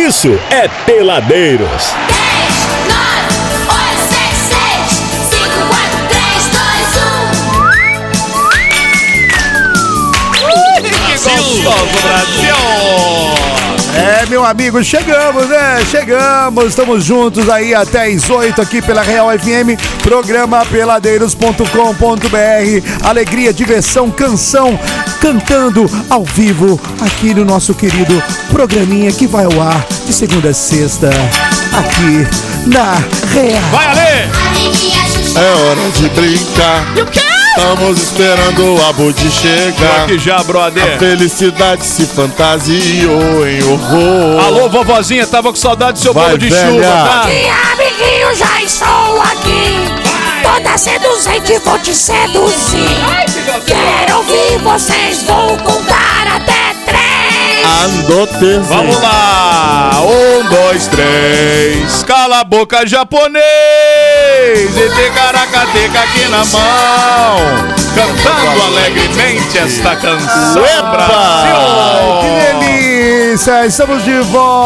isso é Peladeiros. 10, 9, 8, 7, 6, 5, 4, 3, 2, 1. Que gostoso, Brasil! É, meu amigo, chegamos, né? Chegamos, estamos juntos aí até às 8 aqui pela Real FM, programa peladeiros.com.br. Alegria, diversão, canção, cantando ao vivo aqui no nosso querido programinha que vai ao ar de segunda a sexta aqui na Real. Vai, Ale! É hora de brincar. E o quê? Estamos esperando o Abudi chegar. Aqui já, brother. A felicidade se fantasiou em horror. Alô, vovozinha, tava com saudade do seu Vai, bolo de velha. chuva, tá? E amiguinho, já estou aqui. Toda seduzente, vou te seduzir. Quero ouvir vocês, vou contar até 3. Andote. Vamos lá! 1, 2, 3. Cala a boca, japonês! E ticaracateca aqui na mão. Cantando alegremente esta canção, Brasil! Que delícia! Estamos de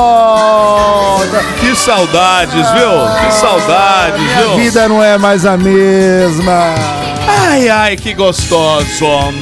volta! Que saudades, viu? Que saudades, A viu? vida não é mais a mesma. Ai, ai, que gostoso!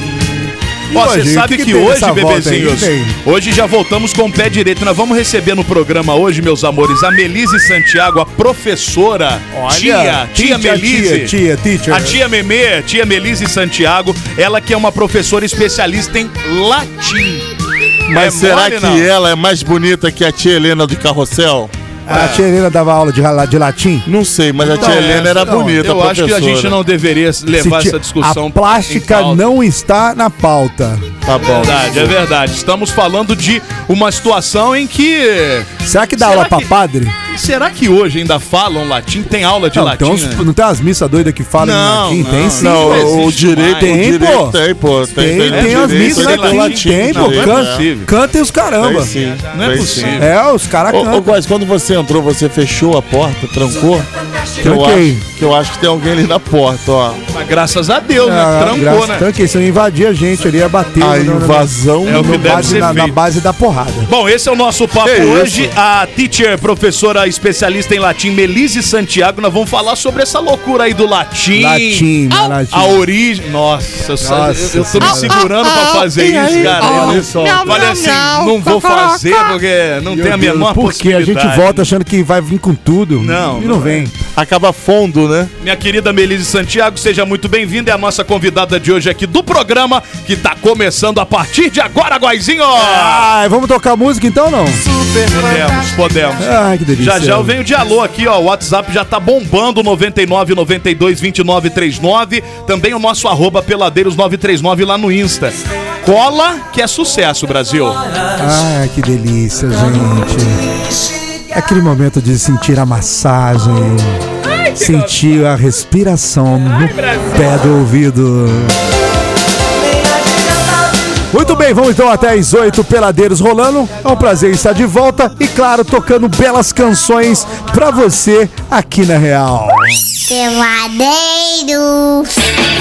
E Ó, hoje, você sabe o que que tem hoje, nessa volta aí? bebezinhos, Tem. hoje já voltamos com o pé direito. Nós vamos receber no programa hoje, meus amores, a Melise Santiago, a professora, tia Melise. Tia, teacher. A tia Memê, tia Melise Santiago, ela que é uma professora especialista em latim. Mas É será mole, que não? ela é mais bonita que a tia Helena do Carrossel? A tia Helena dava aula de latim? Não sei, mas a tia Helena era não, bonita, Eu acho que a gente não deveria levar Se essa discussão A plástica em pauta. não está na pauta. Tá bom. Verdade, é verdade. Estamos falando de uma situação em que... Será que dá Será aula pra que- padre? Será que hoje ainda falam latim? Tem aula de Não, latim, então, né? não tem umas missas doidas que falam Não, em latim? Tem não. sim. Não, pô. o existe direito, mais. o Tem, direito pô. tem, pô. Tem as direito, missas tem lá latim. Tem, pô. Não, não é Canta, possível. canta e os caramba. Tem sim. Não é tem possível. sim. É, os caras Ô, cantam. Góis, quando você entrou, você fechou a porta, trancou? Tranquei. Que eu acho que tem alguém ali na porta, ó. Mas graças a Deus, né? Trancou, graças- né? Tranquei, se não invadir a gente ali, ia bater. A invasão É o que no deve base, ser na feito. base da porrada. Bom, esse é o nosso papo Que hoje. isso? A teacher, professora especialista em latim, Melise Santiago, nós vamos falar sobre essa loucura aí do latim. Latim, latim. A origem. Nossa, eu tô me Senhora. segurando pra fazer e aí? isso, cara. Olha Eu não- só. Falei assim, não vou fazer porque não tem a menor Porque a possibilidade. gente volta achando que vai vir com tudo. Não, E não vem. Acaba fundo, né? Minha querida Melise Santiago, seja muito bem-vinda. É a nossa convidada de hoje aqui do programa, que tá começando a partir de agora, Guaizinho! Ai, vamos tocar música então ou não? Podemos. Ai, que delícia. Já já eu venho de alô aqui, ó. O WhatsApp já tá bombando, 99 92 29 39. Também o nosso @peladeiros939 lá no Insta. Cola, que é sucesso, Brasil. Ai, que delícia, gente. Aquele momento de sentir a massagem, sentir a respiração no pé do ouvido. Muito bem, vamos então até às 8, Peladeiros rolando. É um prazer estar de volta e, claro, tocando belas canções pra você aqui na Real. Peladeiros.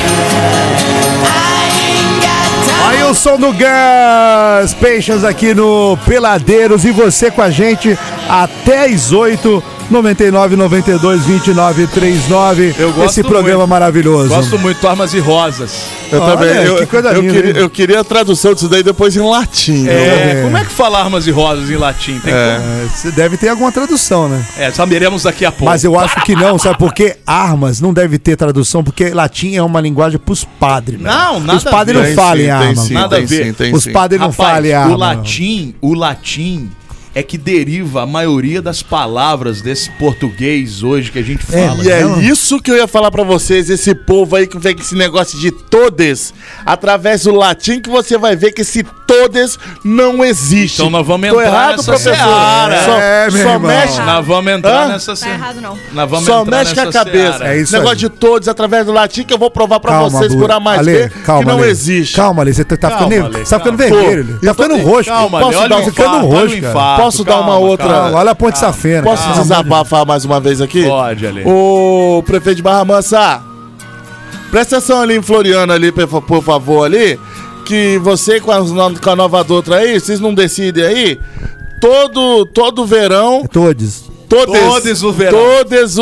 Aí o som do Gus Patience aqui no Peladeiros e você com a gente até às 8, 99 92 29 39. Eu gosto Esse programa muito. maravilhoso. Gosto muito, Armas e Rosas. Eu Olha, também. que coisa linda, hein? Eu queria a tradução disso daí depois em latim. É. Como é que fala Armas e Rosas em latim? Tem como? Você deve ter alguma tradução, né? Saberemos daqui a pouco. Mas eu acho que não, sabe por quê? Armas não deve ter tradução, porque latim é uma linguagem pros padres. né? Não, nada Os padres a não ver. falam em Tem arma. sim, Nada a tem ver. sim, tem Os sim. padres não falam em arma. o latim é que deriva a maioria das palavras desse português hoje que a gente fala. E é Não. isso que eu ia falar pra vocês, esse povo aí que vem com esse negócio de todes, através do latim que você vai ver que esse todes não existe. Então nós vamos Tô entrar errado, nessa professor? seara. É, meu Só irmão. mexe, Nós vamos entrar Hã? nessa Tá seara. errado, não. Nós vamos só entrar mexe com a nessa cabeça. seara. É isso negócio aí. de todes através do latim que eu vou provar pra vocês por A mais Ale, B que não Ale. existe. Calma, Ale, você tá Calma, ficando, Ale, você tá ficando calma. vermelho. Pô, Tá ficando eu tô- roxo. Calma, Posso Ale, dar olha um o ficando infarto, roxo, olha o cara. infarto. Posso dar uma Calma, outra- calma. Olha a ponte safena. Posso Calma. desabafar mais uma vez aqui? Pode, Ale. Ô, prefeito de Barra Mansa, presta atenção ali em Floriano ali, por favor, ali, que você com a nova doutora aí, vocês não decidem aí, todo verão. Todos. Todos os verões.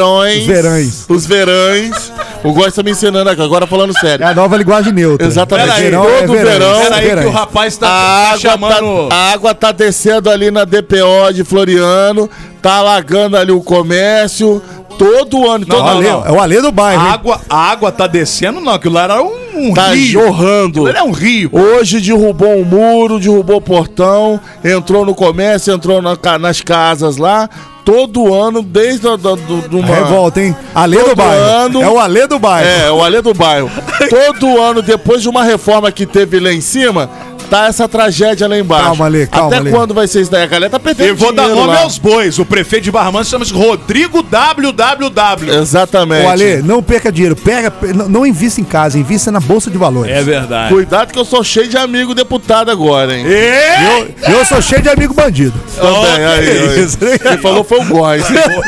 Os verões. O Góis tá me ensinando aqui, agora falando sério. É a nova linguagem neutra. Exatamente. Peraí, Todo verão. Peraí que o rapaz tá chamando... A água tá descendo ali na DPO de Floriano, tá alagando ali o comércio. Todo ano, todo ano. É o Alê do bairro. A água tá descendo, não, aquilo lá era um tá rio. jorrando. Ele é um rio. Hoje derrubou um muro, derrubou o portão, entrou no comércio, entrou nas casas lá. Todo ano, desde uma... Revolta, hein? Alê do bairro. É o Alê do bairro. É o Alê do bairro. Todo ano, depois de uma reforma que teve lá em cima, tá essa tragédia lá embaixo. Calma, Alê, calma, Até quando vai ser isso daí? A galera tá perdendo Eu vou dar dinheiro nome lá. aos bois. O prefeito de Barra Mansa chama-se Rodrigo WWW. Exatamente. Ô, Alê, não perca dinheiro. Não invista em casa, invista na Bolsa de Valores. É verdade. Cuidado que eu sou cheio de amigo deputado agora, hein? Eu sou cheio de amigo bandido. Também, aí. Quem falou foi o Góis.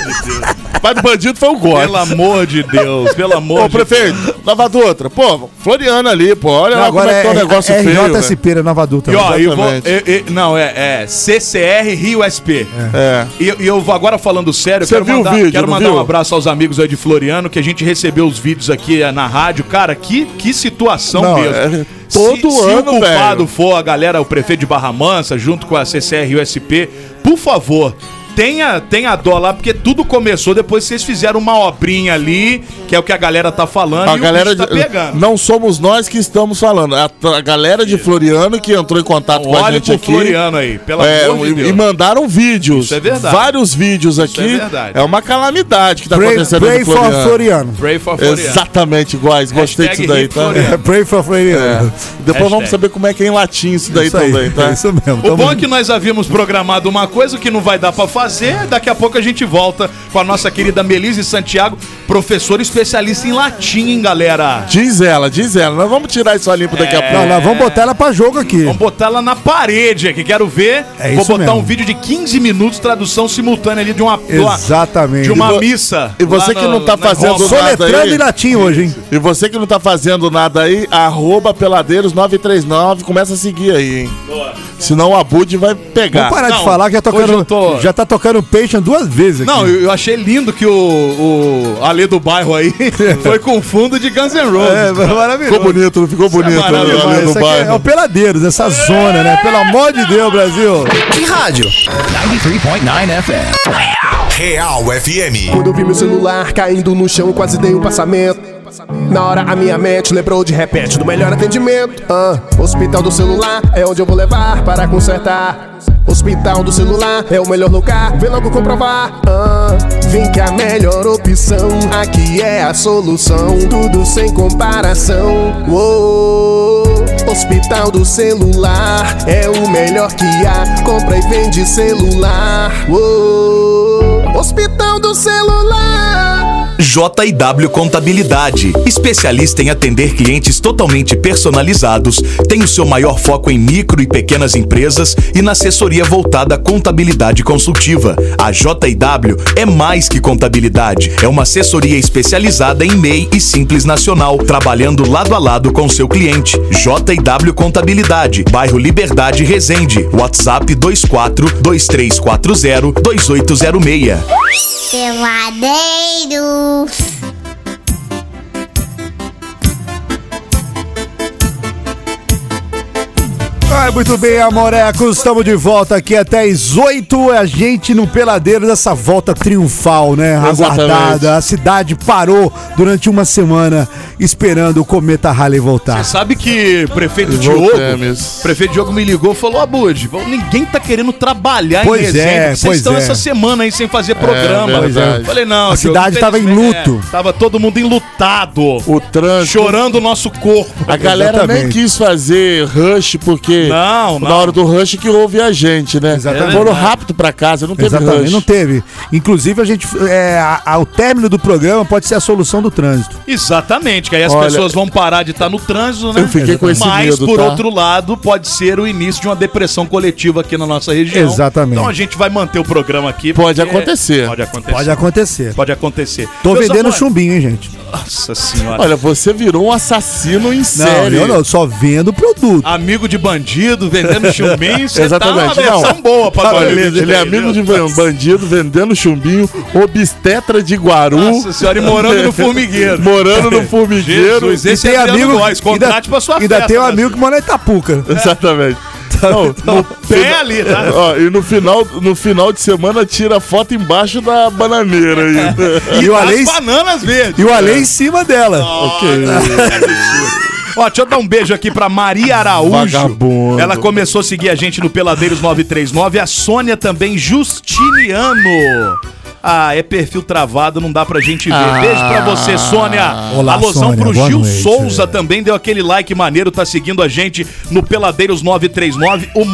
O pai do bandido foi o Góis. Pelo amor de Deus, pelo amor Ô, de Deus. prefeito, Nova Dutra. Pô, Floriano ali, pô. Olha lá como é que tá o negócio feio, velho. RJSP, Nova Dutra. E ó, Exatamente. não, é CCR Rio SP. É. E eu vou agora falando sério, Você viu o vídeo, quero não mandar viu? um abraço aos amigos aí de Floriano, que a gente recebeu os vídeos aqui na rádio. Cara, que situação Não, mesmo. todo se ano, o culpado velho. for a galera, o prefeito de Barra Mansa, junto com a CCR Rio SP, por favor, tenha dó lá, porque tudo começou depois que vocês fizeram uma obrinha ali, que é o que a galera tá falando, A e galera o bicho tá pegando. não somos nós que estamos falando. A galera de Floriano que entrou em contato com a Olha gente pro aqui. Floriano aí, pelo amor de Deus. E mandaram vídeos. Isso é verdade. Vários vídeos aqui. é verdade. É uma calamidade que tá acontecendo Pray no for Floriano. Pray for Floriano. Exatamente, iguais. Gostei Hashtag disso daí, Hip tá? Floriano. Pray for Floriano. Depois Hashtag. vamos saber como é que é em latim isso daí Isso aí, também, tá? é isso mesmo. O bom é que nós havíamos programado uma coisa que não vai dar pra fazer. Daqui a pouco a gente volta com a nossa querida Melise Santiago, professora especialista em latim, hein, galera? Diz ela. Nós vamos tirar isso a limpo daqui a pouco. Não, nós vamos botar ela pra jogo aqui. Vamos botar ela na parede aqui, quero ver. É Vou isso botar mesmo. um vídeo de 15 minutos, tradução simultânea ali de uma Exatamente. de uma missa. e você lá que não tá na fazendo Roma. nada Soletrando aí. em latim hoje, hein? E você que não tá fazendo nada aí, @peladeiros939, começa a seguir aí, hein? Senão o Abud vai pegar. Vamos parar Não, de falar que hoje eu tô- já tá tocando Patient 2 vezes aqui. Não, eu achei lindo que o Alê do bairro aí foi com fundo de Guns N' Roses. maravilhoso. Ficou bonito, não ficou bonito, maravilhoso. ali no Isso aqui é o bairro. Peladeiros, essa zona, né? Pelo amor de Deus, Brasil. Que rádio? 93.9 FM. Real FM. Quando eu vi meu celular caindo no chão, quase dei um passamento. Na hora a minha mente lembrou de repente do melhor atendimento. Hospital do celular é onde eu vou levar para consertar. Hospital do celular é o melhor lugar, vem logo comprovar. Vem que a melhor opção aqui é a solução, tudo sem comparação. Hospital do celular é o melhor que há, compra e vende celular. Hospital do celular. JW Contabilidade, especialista em atender clientes totalmente personalizados, tem o seu maior foco em micro e pequenas empresas e na assessoria voltada à contabilidade consultiva. A JW é mais que contabilidade, é uma assessoria especializada em MEI e Simples Nacional, trabalhando lado a lado com seu cliente. JW Contabilidade, bairro Liberdade Resende, WhatsApp 2423402806. Peladeiros. Ai, muito bem, amorecos, estamos de volta aqui até às 8, a gente no Peladeiro dessa volta triunfal, né, aguardada, a cidade parou durante uma semana esperando o cometa Halley voltar. Você sabe que o prefeito Diogo me ligou e falou: Abud, ninguém tá querendo trabalhar em Resende. Vocês estão essa semana aí sem fazer programa. verdade. Falei, não, A Diogo, cidade tava em infelizmente, luto. Tava todo mundo enlutado. O trânsito. Chorando o nosso corpo. A galera nem Exatamente. quis fazer rush porque Não. na hora do rush que houve a gente, né? Exatamente. Foram rápido pra casa, não teve Exatamente, rush. não teve. Inclusive, a gente, ao término do programa pode ser a solução do trânsito. Exatamente, que aí as Olha, pessoas vão parar de estar no trânsito, né? eu fiquei com esse Mas, medo, por tá? outro lado, pode ser o início de uma depressão coletiva aqui na nossa região. Exatamente. Então a gente vai manter o programa aqui. Pode porque acontecer. Pode acontecer. Pode acontecer. Pode acontecer. Tô Meus vendendo amores- chumbinho, hein, gente? Nossa senhora. Olha, você virou um assassino em série. Não, eu não, só vendo produto. Amigo de bandido. bandido vendendo chumbinho, você Exatamente. tá numa versão boa pra Olha, Dolly. ele é amigo de bandido vendendo chumbinho, obstetra de Guaru. Nossa senhora, e morando no formigueiro. Morando no formigueiro. Jesus, esse tem é amigo nós, contrate pra sua ainda festa. tem um amigo que mora em Itapuca. Exatamente. Não, Bem ali, tá? ó, e no final de semana tira foto embaixo da bananeira ainda. E o As Ale bananas verdes. e o Ale em cima dela. Ok. Ó, deixa eu dar um beijo aqui pra Maria Araújo. Vagabundo. Ela começou a seguir a gente no Peladeiros 939. A Sônia também, Justiniano. Ah, é perfil travado, não dá pra gente ver. Beijo pra você, Sônia. Olá, Alusão Sônia, pro boa Gil noite. Souza também, deu aquele like maneiro, tá seguindo a gente no Peladeiros 939. O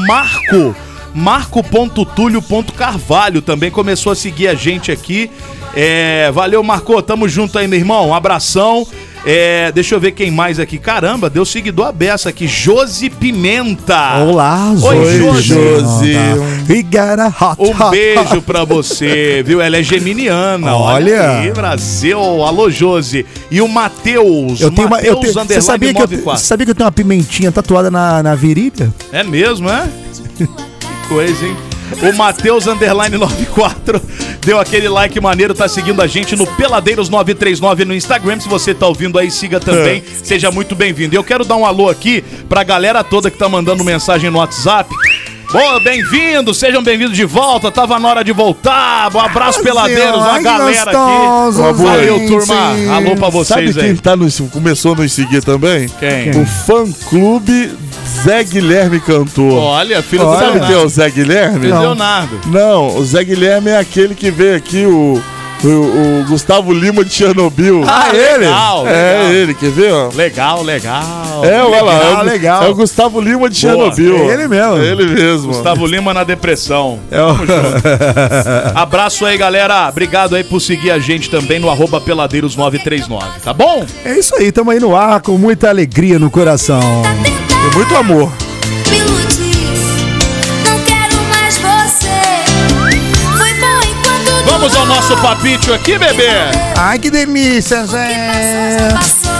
Marco.Túlio.Carvalho também começou a seguir a gente aqui. Valeu, Marco, tamo junto aí, meu irmão. Um abração. Deixa eu ver quem mais aqui. Caramba, deu seguidor a beça aqui. Josi Pimenta. Olá, Oi, Josi. We got a hot, Um hot, beijo hot. pra você, viu? Ela é geminiana. Olha. aí, Brasil. Alô, Josi. E o Matheus. Você sabia que você sabia que eu tenho uma pimentinha tatuada na virilha? É mesmo, é? Que coisa, hein? O Matheus _94 deu aquele like maneiro, tá seguindo a gente no Peladeiros 939 no Instagram. Se você tá ouvindo aí, siga também. Seja muito bem-vindo. Eu quero dar um alô aqui pra galera toda que tá mandando mensagem no WhatsApp. Boa, bem-vindo, sejam bem-vindos de volta. Tava na hora de voltar. Um abraço, Peladeiros, uma galera aqui. Valeu, turma. Alô pra vocês. Sabe quem começou a nos seguir também? Quem? O fã-clube Zé Guilherme Cantor. Olha, filho do Sabe quem é o Zé Guilherme? Leonardo. Não, o Zé Guilherme é aquele que veio aqui, o Gustavo Lima de Chernobyl. Ele? Legal. É ele, quer ver, ó? Legal. Olha lá, legal. É o Gustavo Lima de Chernobyl. É ele mesmo. É ele mesmo. Gustavo Lima na depressão. Tamo junto. Abraço aí, galera. Obrigado aí por seguir a gente também no @Peladeiros939, tá bom? É isso aí, tamo aí no ar com muita alegria no coração. E muito amor. Me iludi, não quero mais você. Foi bom enquanto Vamos ao nosso papito aqui, bebê. Ai, que delícia, Zé. passou.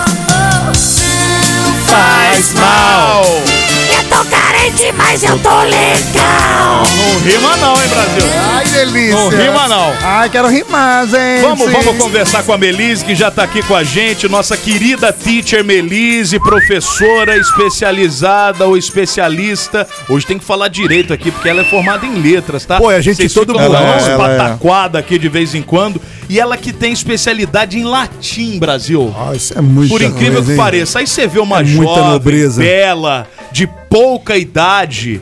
Faz mal. Eu tô carente, mas eu tô legal. Não rima não, hein, Brasil? Ai, delícia. Não rima não. Ai, quero rimar, gente. Vamos conversar com a Melise, que já tá aqui com a gente, nossa querida teacher Melise, professora especializada ou especialista. Hoje tem que falar direito aqui, porque ela é formada em letras, tá? Pô, a gente Vocês todo ficam mundo- dando umas ela é. pataquada aqui de vez em quando. E ela que tem especialidade em latim, Brasil. Ah, isso é muito Por incrível que pareça. Aí você vê uma É muita jovem, nobreza. bela, de pouca idade,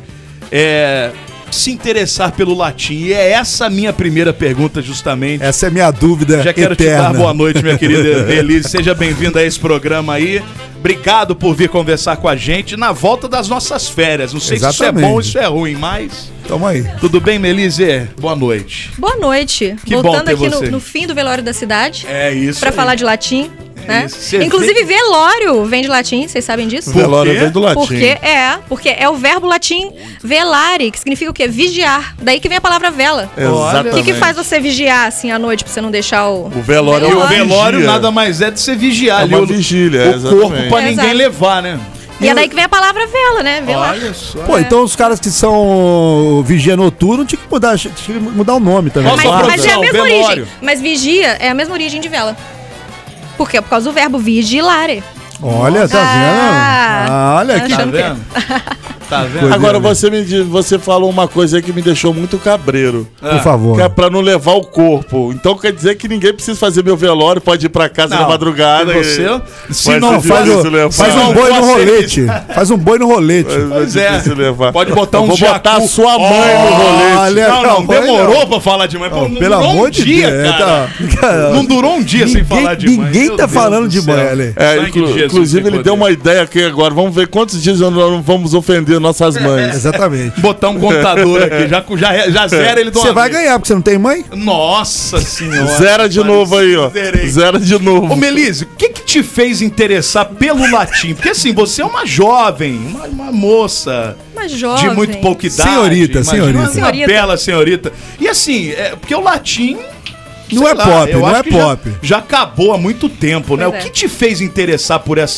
se interessar pelo latim. E é essa a minha primeira pergunta, justamente. Essa é minha dúvida Já quero eterna. te dar boa noite, minha querida Elise. Seja bem-vinda a esse programa aí. Obrigado por vir conversar com a gente na volta das nossas férias. Não sei se isso é Exatamente. bom ou isso é ruim, mas... Tamo aí. Tudo bem, Melise? Boa noite. Boa noite. Que bom Voltando ter aqui você. no fim do velório da cidade. É isso Pra aí. falar de latim. Né? isso. Você Inclusive, velório vem de latim, vocês sabem disso? Velório quê? vem do latim. Porque é o verbo latim velare, que significa o quê? Vigiar. Daí que vem a palavra vela. Exatamente. O que faz você vigiar assim à noite pra você não deixar o. O velório E o uma velório vigia. nada mais é de você vigiar É ali uma o vigília, corpo exatamente. pra ninguém Exato. levar, né? E é daí que vem a palavra vela, né? Velar. Olha só. Pô, então os caras que são vigia noturno tinha que mudar o nome também. Nossa, Mas é a produção, mesma velório. origem. Mas vigia é a mesma origem de vela. Por quê? Por causa do verbo vigilare. Olha, tá vendo? Olha que... Tá achando que- vendo? Tá vendo? Coisa Agora linda. você falou uma coisa aí que me deixou muito cabreiro. Por favor. Que é pra não levar o corpo. Então quer dizer que ninguém precisa fazer meu velório, pode ir pra casa Não, na madrugada. e você? Se Vai não ser Faz, difícil levar. faz Não, um boi no pode ser rolete. Faz um boi no rolete. Pois Vai ser é. difícil levar. Pode botar Eu um vou botar jacu. a sua mãe no rolete. Olha, Não, foi, demorou não. pra falar de mãe. Pô, não Pelo durou amor um de dia, Deus. cara. Cara, Não durou um dia sem falar de mãe. Ninguém Meu tá Deus falando do de céu. mãe, Ale. Sangue de Jesus Inclusive, tem ele deu poder. uma ideia aqui agora. Vamos ver quantos dias nós não vamos ofender nossas mães. Exatamente. Botar um contador aqui. Já zera ele do Você vai ganhar, porque você não tem mãe? Nossa senhora. Zera de novo aí, ó. Zerei. Zera de novo. Ô, Melise, o que te fez interessar pelo latim? Porque assim, você é uma jovem, uma moça Uma jovem. de muito pouca idade. Senhorita, imagina, senhorita. Uma Senhorita. bela senhorita. E assim, porque o latim... Não sei é lá, pop, eu não acho é que pop. Já acabou há muito tempo, né? Pois O é. que te fez interessar por essa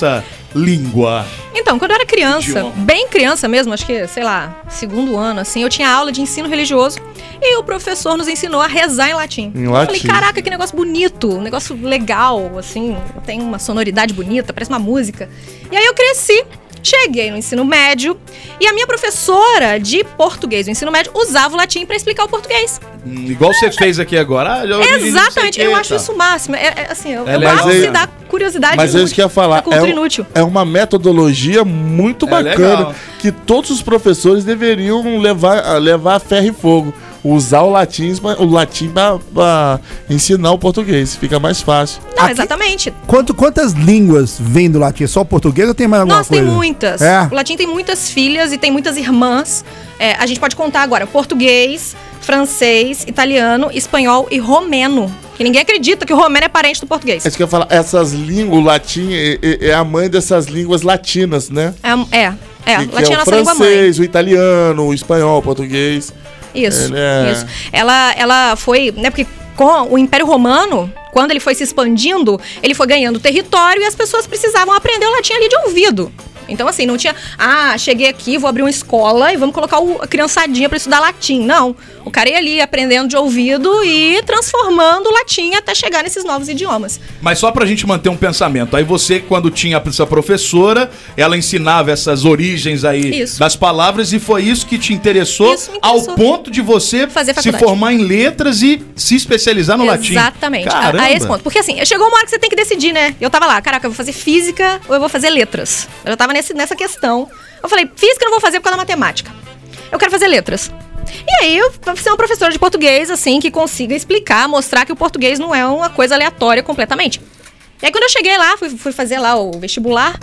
língua? Então, quando eu era criança, Idioma. bem criança mesmo, acho que, sei lá, segundo ano, assim, eu tinha aula de ensino religioso e o professor nos ensinou a rezar em latim. Em Eu latim. falei, caraca, que negócio bonito, um negócio legal, assim, tem uma sonoridade bonita, parece uma música. E aí eu cresci. Cheguei no ensino médio e a minha professora de português do ensino médio usava o latim pra explicar o português. Igual você fez aqui agora. Exatamente, eu acho isso o máximo. Assim, eu legal. gosto de dar curiosidade Mas é isso que eu ia falar. da cultura inútil. É uma metodologia muito bacana legal. que todos os professores deveriam levar a ferro e fogo. Usar o latim pra ensinar o português. Fica mais fácil. Não, exatamente. Quantas línguas vêm do latim? É só o português ou tem mais alguma Nossa, coisa? tem muitas. É? O latim tem muitas filhas e tem muitas irmãs. A gente pode contar agora português, francês, italiano, espanhol e romeno. Que ninguém acredita que o romeno é parente do português. É isso que eu ia falar. Essas línguas, o latim é a mãe dessas línguas latinas, né? Latim é a o nossa língua mãe. francês, o italiano, o espanhol, o português. Isso. Ela foi, né, porque com o Império Romano, quando ele foi se expandindo, ele foi ganhando território e as pessoas precisavam aprender o latim ali de ouvido. Então, assim, não tinha, cheguei aqui, vou abrir uma escola e vamos colocar a criançadinha pra estudar latim. Não. O cara ia ali aprendendo de ouvido e transformando o latim até chegar nesses novos idiomas. Mas só pra gente manter um pensamento. Aí você, quando tinha essa professora, ela ensinava essas origens aí das palavras e foi isso que te interessou, ao ponto de você se formar em letras e se especializar no latim. Exatamente. Caramba. A esse ponto. Porque assim, chegou uma hora que você tem que decidir, né? Eu tava lá, caraca, eu vou fazer física ou eu vou fazer letras? Eu tava nessa questão. Eu falei, física eu não vou fazer por causa da matemática. Eu quero fazer letras. E aí eu vou ser uma professora de português, assim, que consiga explicar, mostrar que o português não é uma coisa aleatória completamente. E aí quando eu cheguei lá, fui fazer lá o vestibular,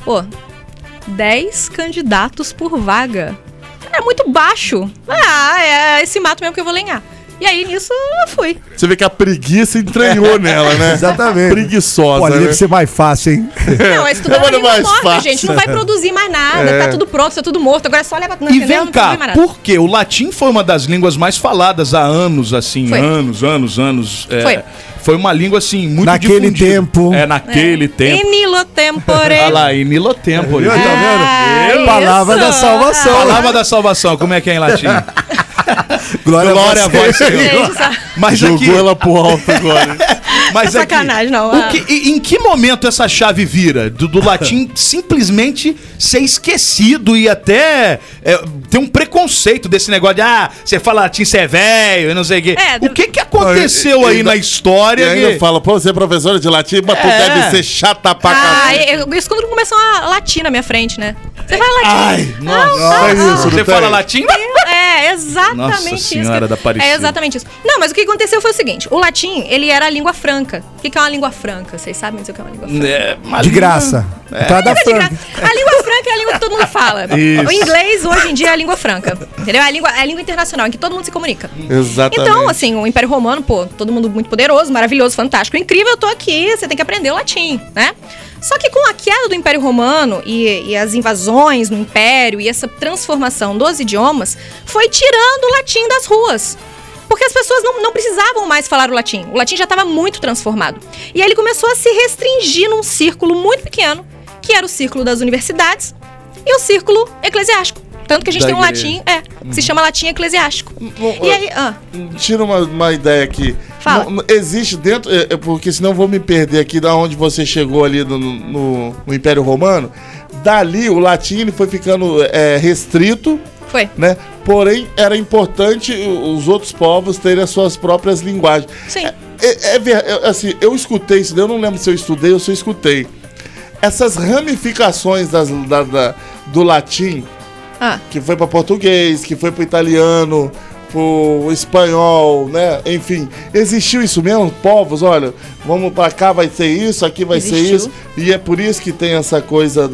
10 candidatos por vaga. Era muito baixo. É esse mato mesmo que eu vou lenhar. E aí, nisso, eu fui. Você vê que a preguiça entranhou nela, né? Exatamente. Preguiçosa, Pode né? deve ser mais fácil, hein? Não, estudando a língua morta, gente. Não vai produzir mais nada. Tá tudo pronto, tá tudo morto. Agora é só levar... E vem cá, por quê? O latim foi uma das línguas mais faladas há anos, assim. Foi. Anos. Foi uma língua, assim, muito naquele difundida. tempo. Naquele tempo. In illo tempore. Olha lá, in illo tempore. Tá vendo? Palavra da salvação. Palavra da salvação. Como é que é em latim? Glória a vós, Senhor. Mas jogou ela pro alto agora. Mas sacanagem, não. Em que momento essa chave vira? Do latim simplesmente ser esquecido e até ter um preconceito desse negócio de você fala latim, você é velho e não sei o quê. O que aconteceu aí na história? E ainda fala, você é professora de latim, mas tu deve ser chata pra caralho. Isso quando começou a latim na minha frente, né? Você fala latim. Ai, nossa. Você fala latim? Exatamente Nossa isso. Senhora da Aparecida. É exatamente isso. Não, mas o que aconteceu foi o seguinte: o latim, ele era a língua franca. O que é uma língua franca? Vocês sabem dizer o que é uma língua franca? De graça. Entrada franca. A língua franca é a língua que todo mundo fala. Isso. O inglês, hoje em dia, é a língua franca. Entendeu? É a língua internacional, em que todo mundo se comunica. Exatamente. Então, assim, o Império Romano, todo mundo muito poderoso, maravilhoso, fantástico, incrível, eu tô aqui, você tem que aprender o latim, né? Só que com a queda do Império Romano e as invasões no Império e essa transformação dos idiomas, foi tirando o latim das ruas. Porque as pessoas não precisavam mais falar o latim. O latim já estava muito transformado. E aí ele começou a se restringir num círculo muito pequeno, que era o círculo das universidades e o círculo eclesiástico. Tanto que a gente tem um latim, que se chama latim eclesiástico. E aí, tira uma ideia aqui. Fala. Existe dentro, porque senão eu vou me perder aqui da onde você chegou ali no Império Romano. Dali o latim ele foi ficando restrito. Foi. Né? Porém, era importante os outros povos terem as suas próprias linguagens. Sim. Assim, eu escutei isso, eu não lembro se eu estudei ou se eu escutei. Essas ramificações do latim, que foi para português, que foi para italiano, pro espanhol, né? Enfim, existiu isso mesmo? Povos, olha, vamos para cá, vai ser isso, aqui vai ser isso. E é por isso que tem essa coisa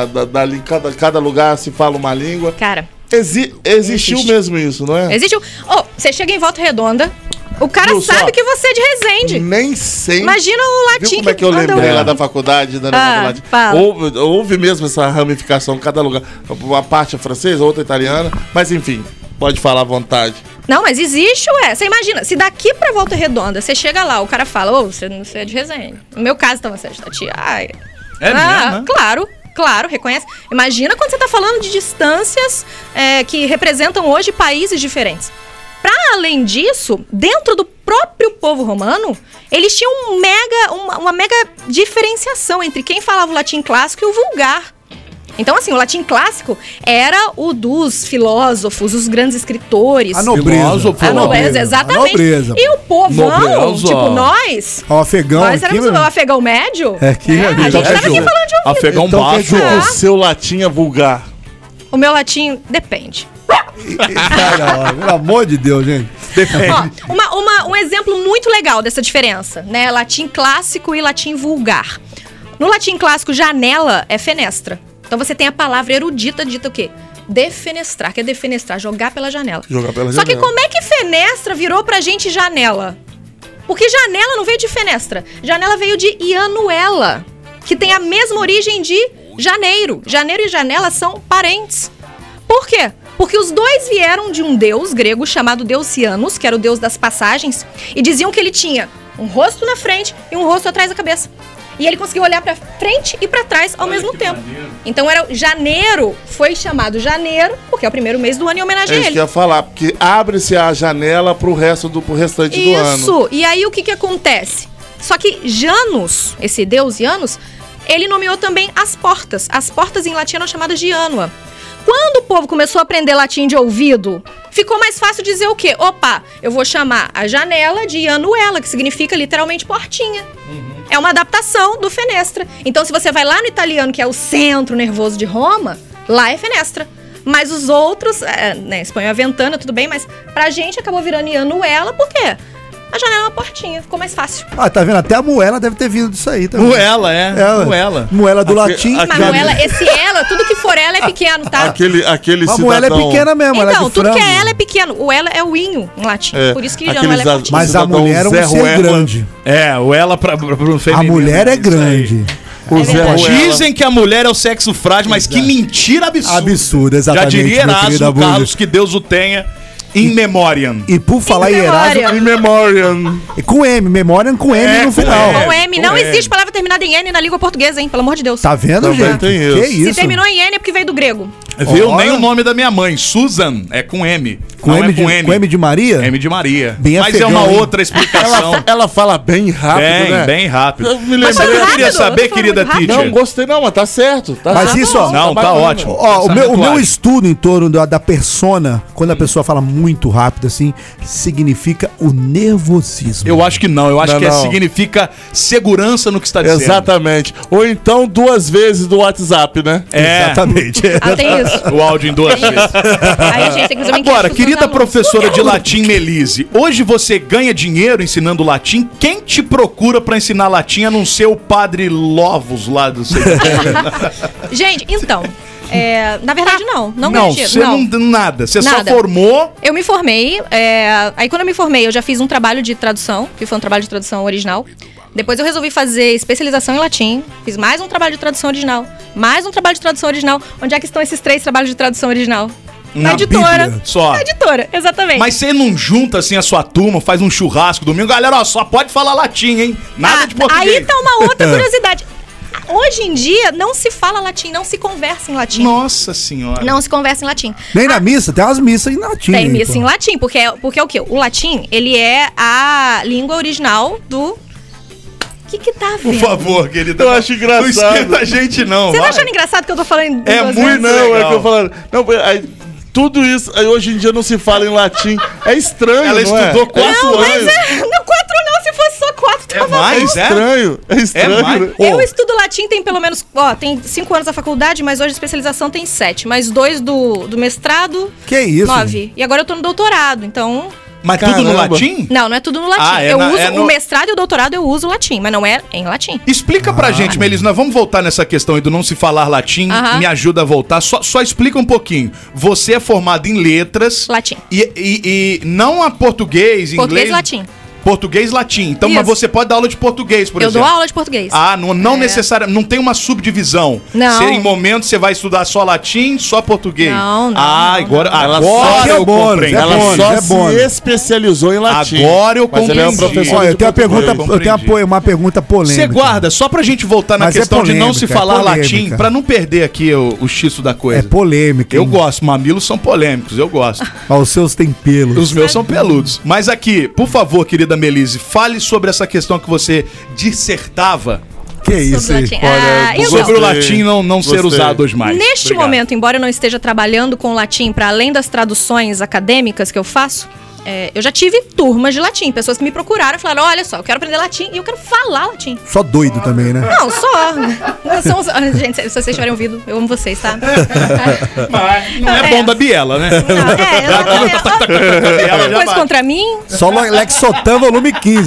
cada lugar se fala uma língua. Cara, existiu mesmo isso, não é? Existiu. Você chega em Volta Redonda, o cara sabe que você é de Resende. Nem sei. Imagina o latim. Viu como é que eu lembrei lá da faculdade, da latim? Fala. Houve mesmo essa ramificação, cada lugar. Uma parte é francesa, outra é italiana. Mas enfim, pode falar à vontade. Não, mas existe, Você imagina, se daqui pra Volta Redonda, você chega lá, o cara fala, você é de Resende. No meu caso, então, você é de Tatiaia. É mesmo? Claro. Claro, reconhece. Imagina quando você está falando de distâncias que representam hoje países diferentes. Para além disso, dentro do próprio povo romano, eles tinham uma mega diferenciação entre quem falava o latim clássico e o vulgar. Então, assim, o latim clássico era o dos filósofos, os grandes escritores. A nobreza. Exatamente. A nobreza. E o povão, Nobreza. tipo nós... O afegão Nós aqui, éramos o afegão médio. É aqui, a gente tava aqui falando de ouvido. Afegão Então quer baixo. dizer que o seu latim é vulgar. O meu latim depende. Pelo amor de Deus, gente. Ó, um exemplo muito legal dessa diferença, né? Latim clássico e latim vulgar. No latim clássico, janela é fenestra. Então você tem a palavra erudita dita o quê? Defenestrar, que é defenestrar, jogar pela janela. Só que como é que fenestra virou pra gente janela? Porque janela não veio de fenestra. Janela veio de Ianuela, que tem a mesma origem de janeiro. Janeiro e janela são parentes. Por quê? Porque os dois vieram de um deus grego chamado Deus Janus, que era o deus das passagens, e diziam que ele tinha um rosto na frente e um rosto atrás da cabeça. E ele conseguiu olhar pra frente e pra trás ao mesmo tempo. Então janeiro foi chamado janeiro, porque é o primeiro mês do ano em homenagem a isso ele. que eu ia falar, porque abre-se a janela pro restante do ano. Isso, e aí o que acontece? Só que Janus, esse deus Janus, ele nomeou também as portas. As portas em latim eram chamadas de Janua. Quando o povo começou a aprender latim de ouvido, ficou mais fácil dizer o quê? Opa, eu vou chamar a janela de Ianuela, que significa literalmente portinha. É uma adaptação do fenestra. Então, se você vai lá no italiano, que é o centro nervoso de Roma, lá é fenestra. Mas os outros, espanhol é ventana, tudo bem, mas pra gente acabou virando Ianuela, por quê? A janela é uma portinha, ficou mais fácil. Ah, tá vendo? Até a moela deve ter vindo disso aí também. Moela, moela. Moela do latim. Mas moela, esse ela, tudo que for ela é pequeno, tá? Aquele A cidadão... moela é pequena mesmo, ela é Então, de tudo frango. que é ela é pequeno. O ela é o inho em latim. Por isso que janela é portinha. Mas a mulher é um ser grande. O ela pro feminino. A mulher é isso aí. grande. Dizem que a mulher é o sexo frágil, mas que mentira absurda. Absurda, exatamente. Já diria meu querido Erasmo Abulho. Carlos, que Deus o tenha. In memoriam. E por falar em Erasmo... In memoriam. Com M, memoriam com M no final. Com M. Não existe palavra terminada em N na língua portuguesa, hein? Pelo amor de Deus. Tá vendo, Também gente? tem isso. Que isso? Se terminou em N é porque veio do grego. Viu? Olha. Nem o nome da minha mãe. Susan é com M. Com Não M é de, com N. com M de Maria? M de Maria. Bem Mas afegão, é uma hein? outra explicação. Ela fala bem rápido, né? Bem rápido. Eu me Mas lembrei... eu queria rápido, saber, eu tô querida falando teacher. Não, gostei não, mas tá certo. Mas certo. isso, ó, Não, tá bacana. ótimo. Ó, o meu Pensamento estudo em torno da persona, quando a pessoa fala muito rápido assim, significa o nervosismo. Eu acho que não. Eu acho Não, que não. significa segurança no que está dizendo. Exatamente. Ou então 2 vezes do WhatsApp, né? Exatamente. Ah, tem isso. O áudio em 2 vezes. Aí a gente tem que fazer uma enquete Agora, pros querida alunos. professora de latim Melise, hoje você ganha dinheiro ensinando latim? Quem te procura pra ensinar latim a não ser o padre Lovos lá do seu... Gente, então, na verdade não ganho Não, dinheiro. você não nada. Você Nada. só formou... Eu me formei, aí quando eu me formei eu já fiz um trabalho de tradução, que foi um trabalho de tradução original. Depois eu resolvi fazer especialização em latim, fiz mais um trabalho de tradução original, mais um trabalho de tradução original. Onde é que estão esses 3 trabalhos de tradução original? Na editora. Bíblia. Só. Na editora, exatamente. Mas você não junta assim a sua turma, faz um churrasco domingo, galera, ó, só pode falar latim, hein? Nada de português. Aí tá uma outra curiosidade. Hoje em dia não se fala latim, não se conversa em latim. Nossa senhora. Não se conversa em latim. Nem na missa, tem umas missas em latim. Tem aí, missa pô. em latim, porque é o quê? O latim, ele é a língua original do... O que tá vendo? Por favor, querida. Eu acho engraçado. Não esquenta a gente, não. Você tá vai. achando engraçado que eu tô falando É duas muito vezes? Não, é legal. que eu falando. Não, aí, tudo isso, aí hoje em dia não se fala em latim. É estranho, Ela não estudou é? 4 Não, mas anos. não, 4 não, se fosse só 4, É tava mais, bom. é? Estranho, é estranho. É mais? né? Eu estudo latim tem pelo menos, tem 5 anos da faculdade, mas hoje a especialização tem 7. Mais 2 do mestrado, Que isso? 9. E agora eu tô no doutorado, então... Mas tudo no Caramba. latim? Não é tudo no latim. Ah, eu uso o mestrado e o doutorado eu uso latim, mas não é em latim. Explica pra gente, Melise, nós vamos voltar nessa questão aí do não se falar latim, Aham. me ajuda a voltar. Só explica um pouquinho. Você é formado em letras. Latim. E não a português, inglês. Português e latim. Português, latim. Então, mas você pode dar aula de português, por exemplo. Eu dou aula de português. Ah, não necessariamente. Não tem uma subdivisão. Não. Em momentos você vai estudar só latim, só português. Não. Agora eu compreendo. Ela só se especializou em latim. Agora eu compreendi. Mas ele é um professor. Olha, eu tenho uma pergunta polêmica. Você guarda, só pra gente voltar na questão de não se falar latim, pra não perder aqui o xisto da coisa. É polêmica. Eu gosto, mamilos são polêmicos, eu gosto. Os seus têm pelos. Os meus são peludos. Mas aqui, por favor, querida Melise, fale sobre essa questão que você dissertava. Que isso aí? Sobre o latim não ser usado hoje mais. Neste momento, embora eu não esteja trabalhando com latim para além das traduções acadêmicas que eu faço, eu já tive turmas de latim, pessoas que me procuraram e falaram, olha só, eu quero aprender latim e eu quero falar latim. Só doido também, né? Não, gente, se vocês tiverem ouvido, eu amo vocês, tá? Mas não é bom da Biela, né? Alguma coisa contra mim? Só Lexotan volume 15.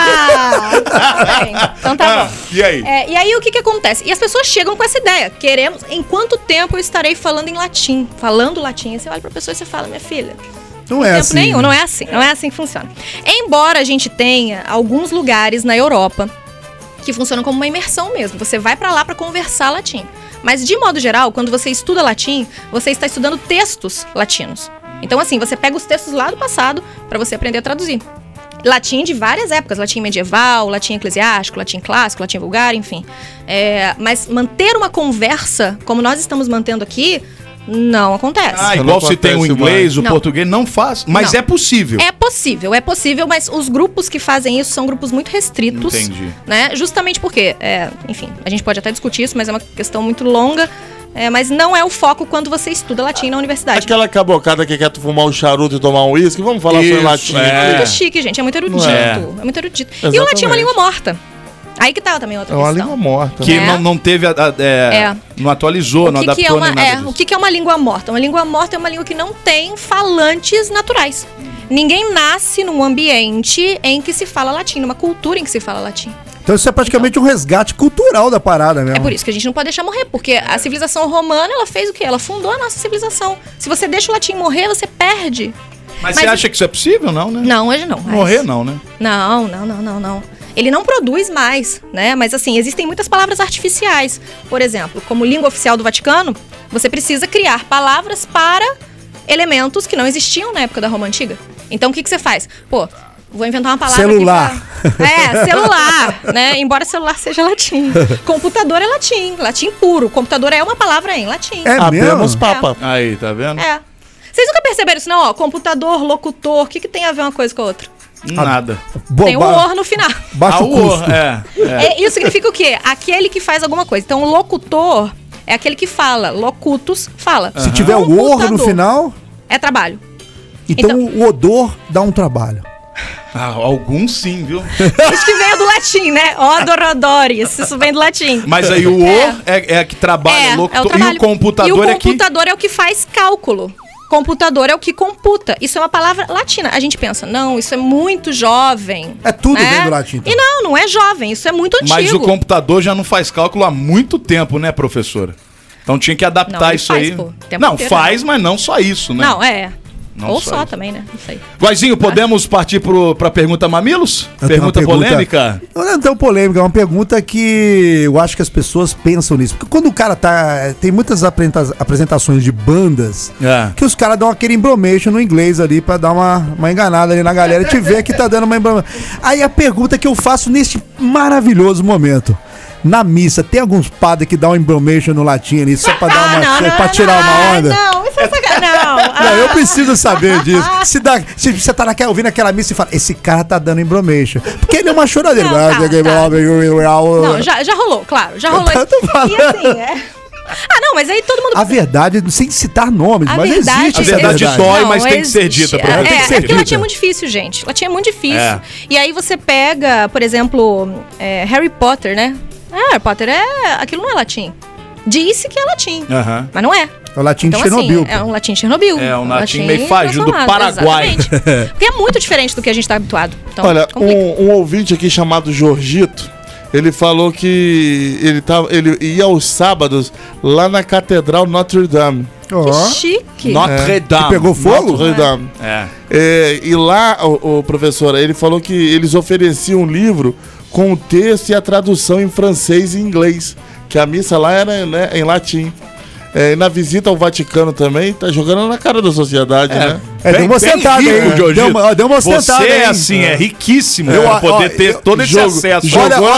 Bem, então tá bom. E aí? E aí o que acontece? E as pessoas chegam com essa ideia, em quanto tempo eu estarei falando em latim? Falando latim. E você olha pra pessoa e você fala, minha filha... Não é assim. Nenhum, não é assim que funciona. Embora a gente tenha alguns lugares na Europa que funcionam como uma imersão mesmo. Você vai pra lá pra conversar latim. Mas, de modo geral, quando você estuda latim, você está estudando textos latinos. Então, assim, você pega os textos lá do passado pra você aprender a traduzir. Latim de várias épocas, latim medieval, latim eclesiástico, latim clássico, latim vulgar, enfim. Mas manter uma conversa, como nós estamos mantendo aqui... Não acontece. Igual se tem o inglês, o português, não faz. Mas é possível. É possível, mas os grupos que fazem isso são grupos muito restritos. Entendi. Né? Justamente porque, enfim, a gente pode até discutir isso, mas é uma questão muito longa. Mas não é o foco quando você estuda latim na universidade. Aquela cabocada que quer tomar um charuto e tomar um uísque, vamos falar sobre latim. É muito chique, gente, é muito erudito. É muito erudito. Exatamente. E o latim é uma língua morta. Aí que tá também outra questão. É uma língua morta. Que não teve, não atualizou, não adaptou nem nada disso. O que é uma língua morta? Uma língua morta é uma língua que não tem falantes naturais. Ninguém nasce num ambiente em que se fala latim, numa cultura em que se fala latim. Então isso é praticamente um resgate cultural da parada mesmo. É por isso que a gente não pode deixar morrer, porque a civilização romana, ela fez o quê? Ela fundou a nossa civilização. Se você deixa o latim morrer, você perde. Mas você acha que isso é possível? Não, né? Não, hoje não. Morrer não, né? Não. Ele não produz mais, né? Mas assim, existem muitas palavras artificiais. Por exemplo, como língua oficial do Vaticano, você precisa criar palavras para elementos que não existiam na época da Roma Antiga. Então o que você faz? Vou inventar uma palavra celular. Celular, né? Embora celular seja latim. Computador é latim puro. Computador é uma palavra em latim. Abemos papa. Aí, tá vendo? Vocês nunca perceberam isso, não? Computador, locutor, o que tem a ver uma coisa com a outra? Nada. Tem um or no final. Baixo custo. Isso significa o quê? Aquele que faz alguma coisa. Então, o locutor é aquele que fala. Locutus, fala. Se tiver o or no final... É trabalho. Então o odor dá um trabalho. Alguns sim, viu? Isso que veio do latim, né? Odorodoris. Isso vem do latim. Mas aí o or é que trabalha, locutor, e o computador é que... E o computador é o que faz cálculo. Computador é o que computa. Isso é uma palavra latina. A gente pensa, não, isso é muito jovem. É tudo vem do latim. Então. E não é jovem. Isso é muito antigo. Mas o computador já não faz cálculo há muito tempo, né, professora? Então tinha que adaptar isso aí. Faz, mas não só isso, né? Não ou só também, né? Não sei. Guazinho, podemos partir pra pergunta Mamilos? Pergunta polêmica? Não é tão polêmica, é uma pergunta que eu acho que as pessoas pensam nisso. Porque quando o cara tem muitas apresentações de bandas que os caras dão aquele embromation no inglês ali pra dar uma enganada ali na galera e te ver que tá dando uma embromation. Aí a pergunta que eu faço neste maravilhoso momento. Na missa, tem alguns padres que dão um embromation no latim ali só pra dar pra tirar uma onda? Não, isso é sacanagem. Não, eu preciso saber disso. Se você tá ouvindo aquela missa e fala, esse cara tá dando embromation. Porque ele é uma choradeira. Não, já rolou, claro. Já rolou isso. E assim, não, mas aí todo mundo... A verdade, sem citar nomes, mas existe. A verdade dói, mas tem que ser dita. Porque latim é muito difícil, gente. Latim é muito difícil. E aí você pega, por exemplo, Harry Potter, né? Harry Potter aquilo não é latim. Disse que é latim, mas não é. É o latim de Chernobyl. Assim, é um latim de Chernobyl. É um latim meio fajuto do Paraguai. Exatamente. Porque é muito diferente do que a gente está habituado. Então, olha, um ouvinte aqui chamado Jorgito, ele falou que ele ia aos sábados lá na Catedral Notre Dame. Que chique. Notre Dame. Que pegou fogo? Notre Dame. E lá, o professor, ele falou que eles ofereciam um livro com o texto e a tradução em francês e inglês. Que a missa lá era, né, em latim. E na visita ao Vaticano também, tá jogando na cara da sociedade, né? Deu uma ostentada aí. Deu uma ostentada Você aí. assim, é riquíssimo pra poder ter todo esse acesso.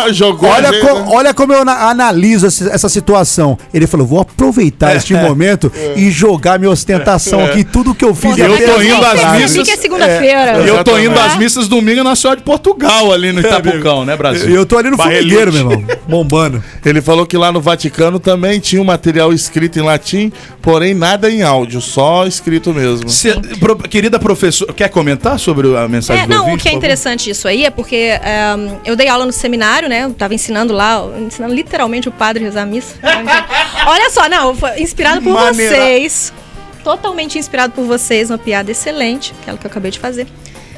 Olha como eu analiso essa situação. Ele falou, vou aproveitar este momento e jogar minha ostentação aqui, tudo que eu fiz. Eu tô indo às missas. Que é segunda-feira. Eu tô indo às missas domingo na Senhora de Portugal, ali no Itapucão, né, Brasil? Eu tô ali no formigueiro, meu irmão, bombando. Ele falou que lá no Vaticano também tinha um material escrito em latim, porém nada em áudio, só escrito mesmo. Querida professora, quer comentar sobre a mensagem do ouvinte? O que é interessante disso aí é porque eu dei aula no seminário, né? Eu tava ensinando literalmente o padre a rezar a missa. Olha só, foi inspirado por vocês. Totalmente inspirado por vocês, uma piada excelente, aquela que eu acabei de fazer.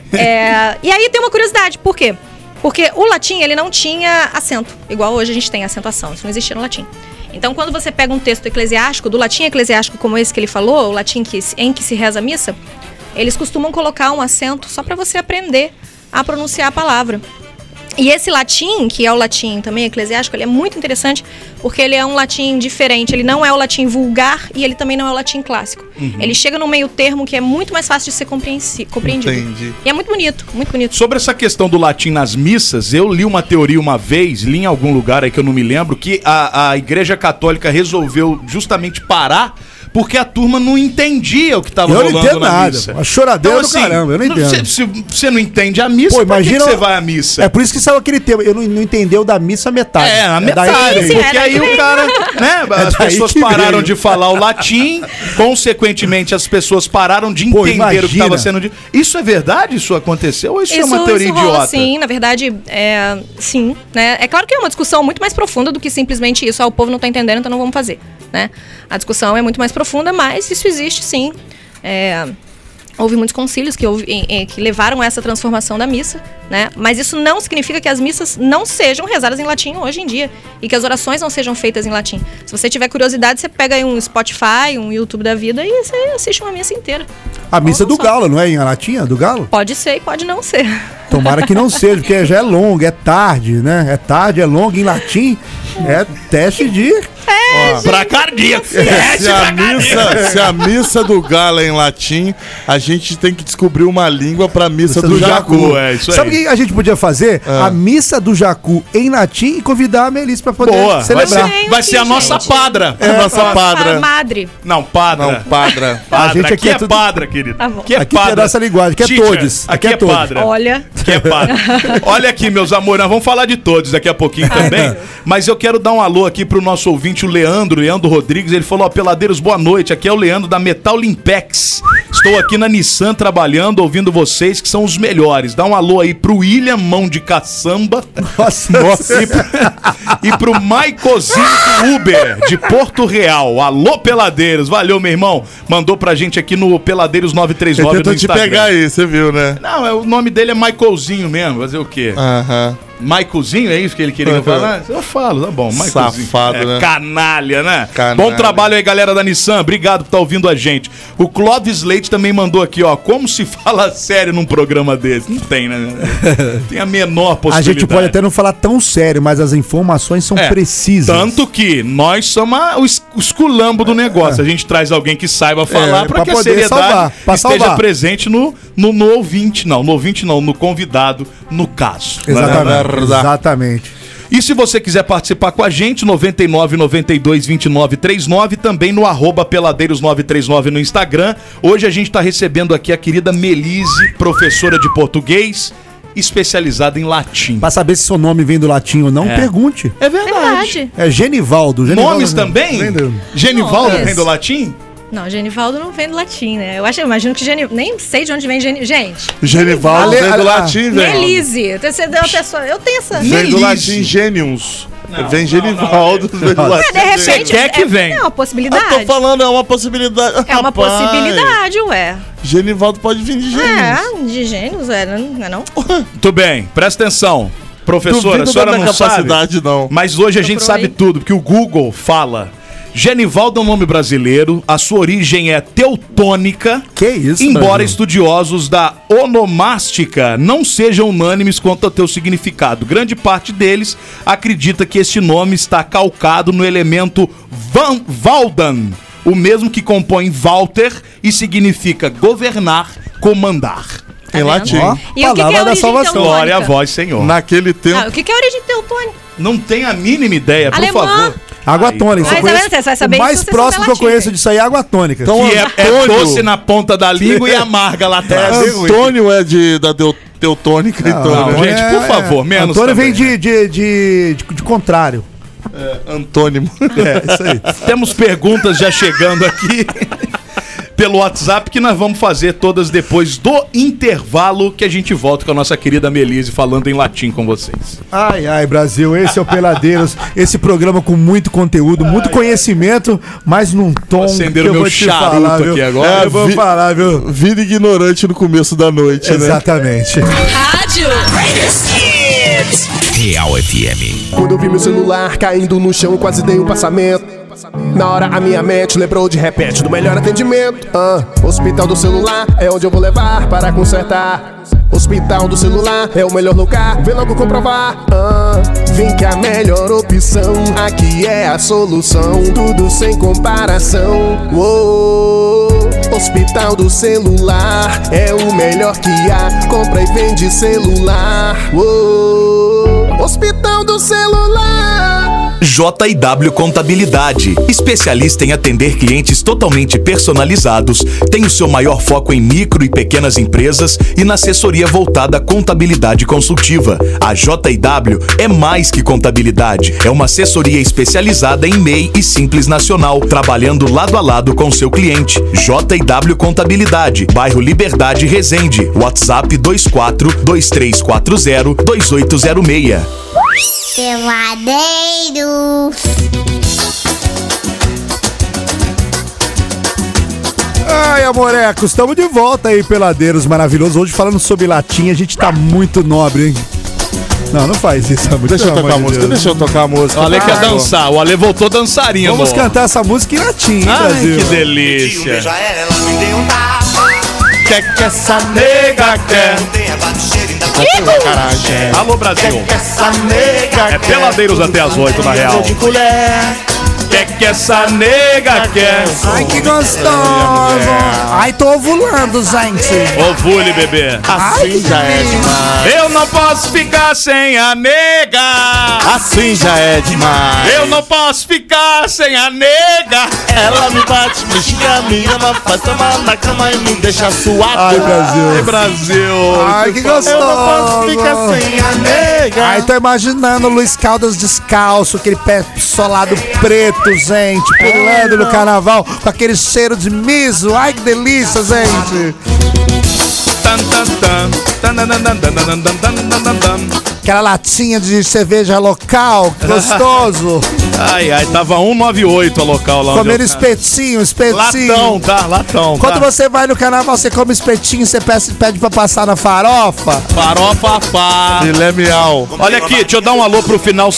E aí tem uma curiosidade, por quê? Porque o latim, ele não tinha acento, igual hoje a gente tem acentuação, isso não existia no latim. Então, quando você pega um texto eclesiástico, do latim eclesiástico como esse que ele falou, o latim em que se reza a missa, eles costumam colocar um acento só para você aprender a pronunciar a palavra. E esse latim, que é o latim também eclesiástico, ele é muito interessante porque ele é um latim diferente. Ele não é o latim vulgar e ele também não é o latim clássico. Ele chega num meio termo que é muito mais fácil de ser compreendido. Entendi. E é muito bonito, muito bonito. Sobre essa questão do latim nas missas, eu li uma teoria uma vez, li em algum lugar aí que eu não me lembro, que a Igreja Católica resolveu justamente parar porque a turma não entendia o que estava rolando na missa. A choradeira do caramba, eu não entendo. Se você não entende a missa, pô, por que você vai à missa? É por isso que saiu aquele tema. Eu não entendeu da missa a metade. A metade. Porque aí o cara, né? As pessoas pararam de falar o latim, consequentemente as pessoas pararam de entender o que estava sendo dito. Isso é verdade? Isso aconteceu ou isso é uma teoria idiota? Sim, na verdade, sim. Né? É claro que é uma discussão muito mais profunda do que simplesmente isso. O povo não está entendendo, então não vamos fazer. Né? A discussão é muito mais profunda, mas isso existe sim. Houve muitos concílios que levaram a essa transformação da missa, né? Mas isso não significa que as missas não sejam rezadas em latim hoje em dia e que as orações não sejam feitas em latim. Se você tiver curiosidade, você pega aí um Spotify, um YouTube da vida e você assiste uma missa inteira. A missa do Galo, não é em latim? Do Galo? Pode ser e pode não ser. Tomara que não seja, porque já é longo, é tarde, né? É tarde, é longo em latim, é teste de... Pra cardíaco. Se a missa do Galo é em latim, a gente tem que descobrir uma língua pra missa do Jacu. Isso aí. Sabe o que a gente podia fazer? A missa do Jacu em latim e convidar a Melissa pra poder celebrar. Vai ser a nossa padra. A nossa padra. Madre. Não, padra. Não, padra. A gente aqui é padra, querido. Tá bom. Aqui é Aqui é padra. nossa linguagem, aqui é todos. Aqui é todos. padra. Olha. Que é padre. Olha aqui, meus amores, nós vamos falar de todos daqui a pouquinho também. Mas eu quero dar um alô aqui pro nosso ouvinte, o Leandro Rodrigues. Ele falou: Peladeiros, boa noite. Aqui é o Leandro da Metal Limpex. Estou aqui na Nissan trabalhando, ouvindo vocês, que são os melhores. Dá um alô aí pro William Mão de Caçamba. Nossa. E pro Maicozinho do Uber, de Porto Real. Alô, Peladeiros. Valeu, meu irmão. Mandou pra gente aqui no Peladeiros 939 no Instagram. Te pegar aí, você viu, né? Não, o nome dele é Michaelzinho mesmo. Fazer o quê? Michaelzinho, é isso que ele queria falar? Eu falo, tá bom. Michaelzinho. Safado, né? Canalha, né? Canalha. Bom trabalho aí, galera da Nissan. Obrigado por estar ouvindo a gente. O Clóvis Leite também mandou aqui, ó. Como se fala sério num programa desse? Não tem, né? Tem a menor possibilidade. A gente pode até não falar tão sério, mas as informações são precisas. Tanto que nós somos os culambo do negócio. A gente traz alguém que saiba falar pra que a seriedade esteja presente no ouvinte. Não, no ouvinte não, no convidado, no caso. Exatamente. E se você quiser participar com a gente, 99 92 29 39, também no @peladeiros 939 no Instagram. Hoje a gente tá recebendo aqui a querida Melise, professora de português, especializada em latim. Pra saber se seu nome vem do latim ou não, pergunte. É verdade. É Genivaldo. Nomes também? Genivaldo vem do latim? Não, Genivaldo não vem do latim, né? Eu imagino que nem sei de onde vem gente. Genivaldo vem do latim, velho. Melise. Você deu uma pessoa. Eu tenho essa. Vem do latim genius. Vem Genivaldo. De repente. Você quer que venha? É uma possibilidade. Eu tô falando, é uma possibilidade. É uma possibilidade, ué. Genivaldo pode vir de gênios. De gênios, não é não? Muito bem, presta atenção. Professora, a senhora não sabe, não. Mas hoje a gente sabe tudo, porque o Google fala Genivaldo é um nome brasileiro, a sua origem é teutônica. Que isso, embora Brasil? estudiosos da onomástica não sejam unânimes quanto ao teu significado. Grande parte deles acredita que este nome está calcado no elemento Valdan, o mesmo que compõe Walter e significa governar, comandar. Em latim. E o que é Palavra da origem salvação. teutônica? Glória a vós, Senhor. Naquele tempo. Ah, o que é origem teutônica? Não tem a mínima ideia, por Alemã. favor. Água tônica. Mas, eu conheço- você vai saber o mais isso se você próximo que eu souber conheço latim, disso aí é água tônica. Então, Que é Antônio- doce na ponta da língua e amarga lá atrás. Antônio é da teutônica, então. não, né? gente, por favor, menos Antônio também, vem de contrário. Antônimo. É, isso aí. Temos perguntas já chegando aqui pelo WhatsApp que nós vamos fazer todas depois do intervalo, que a gente volta com a nossa querida Melise falando em latim com vocês. Ai, ai, Brasil, esse é o Peladeiros, esse programa com muito conteúdo, muito conhecimento, mas num tom Acenderam que eu meu vou te charuto falar, aqui viu? agora. Eu vou falar, viu? Vida ignorante no começo da noite, né? Exatamente. Rádio. Real FM. Quando eu vi meu celular caindo no chão, quase dei um passamento. Na hora a minha mente lembrou de repente do melhor atendimento. Hospital do celular é onde eu vou levar para consertar. Hospital do celular é o melhor lugar, vem logo comprovar. Vem que a melhor opção aqui é a solução, tudo sem comparação. Uou, Hospital do celular é o melhor que há, compra e vende celular. Uou, Hospital do celular. JW Contabilidade, especialista em atender clientes totalmente personalizados, tem o seu maior foco em micro e pequenas empresas e na assessoria voltada à contabilidade consultiva. A JW é mais que contabilidade, é uma assessoria especializada em MEI e Simples Nacional, trabalhando lado a lado com seu cliente. JW Contabilidade, bairro Liberdade, Resende, WhatsApp 2423402806. Peladeiros. Ai, amorecos, estamos de volta aí, Peladeiros maravilhoso. Hoje falando sobre latim, a gente tá muito nobre, hein? Não, não faz isso, amor. Deixa eu Pelo tocar a amor de música, Deus. deixa eu tocar a música. O Ale quer Vai, dançar, o Ale voltou dançarino. Vamos amor. cantar essa música em latim, hein, Ai, Brasil? que delícia. Que essa nega quer. Alô, Brasil. Essa nega É Peladeiros até as 8 na Real. de colher. Que essa nega quer? Ai, que gostoso! Ai, tô ovulando, gente. Ovule, bebê. Assim já é demais. Eu não posso ficar sem a nega. Assim já é demais. Eu não posso ficar sem a nega. Ela me bate, me xinga, me ama, faz tomar na cama e me deixa suado. Ai, Brasil. Ai, Brasil. Ai, que gostoso. Eu não posso ficar sem a nega. Ai, tô imaginando o Luiz Caldas descalço, aquele pé solado preto, gente, pulando no carnaval com aquele cheiro de miso. Ai, que delícia, gente. Tan, tan, tan. Tan, tan, tan, tan, tan, tan, tan, tan, tan, tan. Aquela latinha de cerveja local, que gostoso. Ai, ai, tava 198 a local lá. Comendo onde eu- espetinho, espetinho. Latão, tá? Latão. Quando tá. você vai no carnaval, você come espetinho, você pede pra passar na farofa. Farofa, pá. Filé miau. Olha aqui, deixa eu dar um alô pro final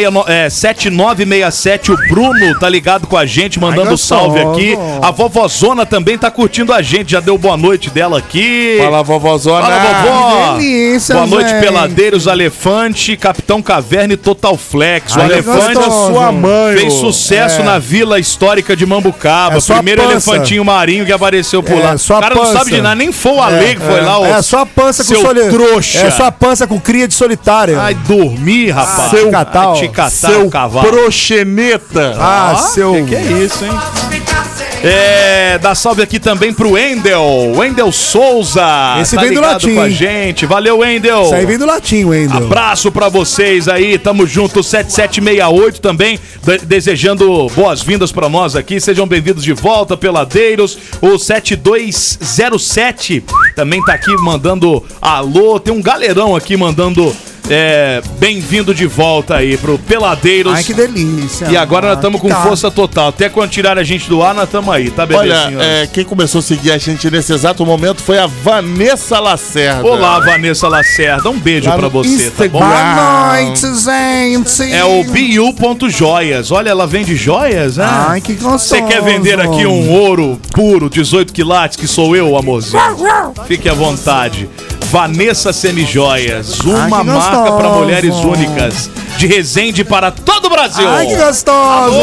7967. O Bruno tá ligado com a gente, mandando Ai, salve gostoso. aqui. A vovozona também tá curtindo a gente, já deu boa noite dela aqui. Fala, vovózona. Fala, vovó. Que delícia, Boa noite, gente. Peladeiros, Elefante, Capitão Caverna e Total Flex. O Ai, Elefante gostoso. Sua mãe. fez sucesso na Vila Histórica de Mambucaba. É sua Primeiro pança. elefantinho marinho que apareceu por É, lá. sua O cara não pança. sabe de nada, nem foi o Ale que foi lá. É sua pança com seu trouxa. É sua pança com cria de solitária. Ai, dormir, rapaz. Seu catal. Vai te catar Seu o cavalo. proxeneta. seu... Que é isso, hein? Dá salve aqui também pro Wendel Souza. Esse tá vem do ligado latim, com a hein? gente. Valeu, Wendel. Isso aí vem do latim, Wendel. Abraço pra vocês aí, tamo junto, 7768 também, desejando boas-vindas pra nós aqui, sejam bem-vindos de volta, Peladeiros. O 7207 também tá aqui mandando alô, tem um galerão aqui mandando bem-vindo de volta aí pro Peladeiros. Ai, que delícia. E agora nós estamos com força total. Até quando tirar a gente do ar, nós estamos aí, tá, bebezinho? Olha, quem começou a seguir a gente nesse exato momento foi a Vanessa Lacerda. Olá, Vanessa Lacerda. Um beijo pra você, tá bom? Boa noite, gente. É o biu.joias. Olha, ela vende joias, né? Ai, que gostoso. Você quer vender aqui um ouro puro, 18 quilates, que sou eu, amorzinho? Fique à vontade. Vanessa Semijoias, uma marca para mulheres únicas, de Resende para todo o Brasil. Ai, que gostoso.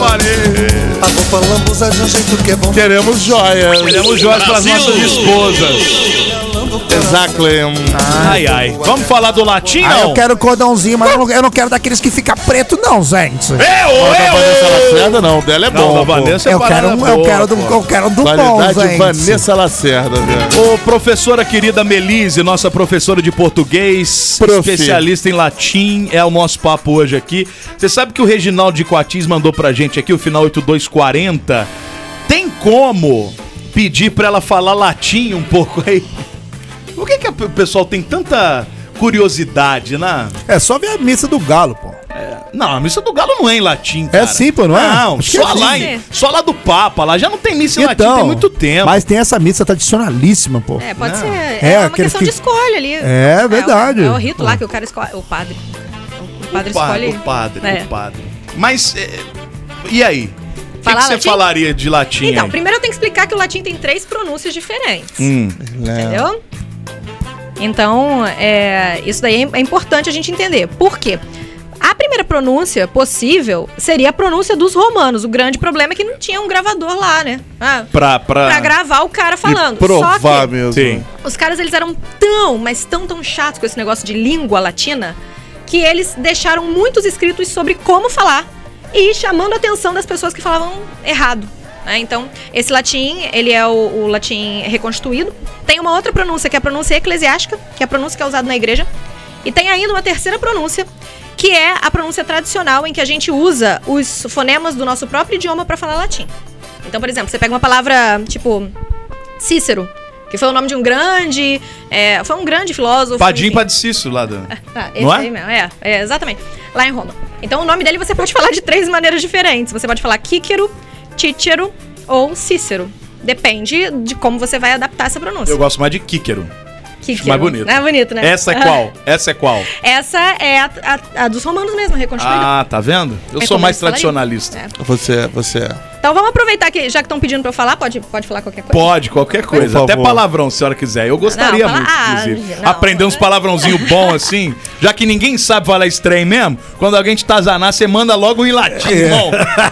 Queremos joias. Queremos joias para as nossas esposas. Exactly. Ai. Vamos falar do latim, não? Eu quero cordãozinho, mas eu não quero daqueles que fica preto, não, gente. Da Vanessa Lacerda, não. Dela é bom. Da Vanessa eu quero do bom, gente. Vanessa Lacerda, velho. Ô, professora querida Melise, nossa professora de português, especialista em latim, é o nosso papo hoje aqui. Você sabe que o Reginaldo de Coatis mandou pra gente aqui, o final 8240. Tem como pedir pra ela falar latim um pouco aí? Por que o pessoal tem tanta curiosidade, né? É só ver a missa do Galo, pô. Não, a missa do Galo não é em latim, cara. É sim, pô, não é? Não, só lá do Papa, lá já não tem missa em latim, tem muito tempo. Mas tem essa missa tradicionalíssima, pô. Pode ser. É uma questão de escolha ali. É verdade. É o rito lá que o cara escolhe, o padre. O padre escolhe. O padre. Mas, e aí? O que você falaria de latim? Então, aí? primeiro eu tenho que explicar que o latim tem 3 pronúncias diferentes. Entendeu? Então, isso daí é importante a gente entender. Por quê? A primeira pronúncia possível seria a pronúncia dos romanos. O grande problema é que não tinha um gravador lá, né? Pra gravar o cara falando. Provar só que mesmo. Sim. Os caras, eles eram tão chatos com esse negócio de língua latina, que eles deixaram muitos escritos sobre como falar e chamando a atenção das pessoas que falavam errado. Então, esse latim, ele é o latim reconstituído. Tem uma outra pronúncia, que é a pronúncia eclesiástica, que é a pronúncia que é usada na igreja. E tem ainda uma terceira pronúncia, que é a pronúncia tradicional, em que a gente usa os fonemas do nosso próprio idioma para falar latim. Então, por exemplo, você pega uma palavra tipo Cícero, que foi o nome de um grande... foi um grande filósofo. Padim Padicício lá do... esse não aí mesmo, exatamente. Lá em Roma. Então, o nome dele você pode falar de 3 maneiras diferentes. Você pode falar Quíquero, Tícero ou Cícero. Depende de como você vai adaptar essa pronúncia. Eu gosto mais de Quíquero. Acho mais bonito. É bonito, né? Essa é qual? Essa é a dos romanos mesmo, reconstruída. Ah, tá vendo? Eu sou mais tradicionalista. Você é. Então vamos aproveitar que, já que estão pedindo pra eu falar, pode falar qualquer coisa? Pode, qualquer coisa. Até palavrão, se a senhora quiser. Eu gostaria muito, inclusive. Aprender uns palavrãozinhos bons assim, já que ninguém sabe falar esse trem mesmo, quando alguém te tazanar, você manda logo em latim, bom.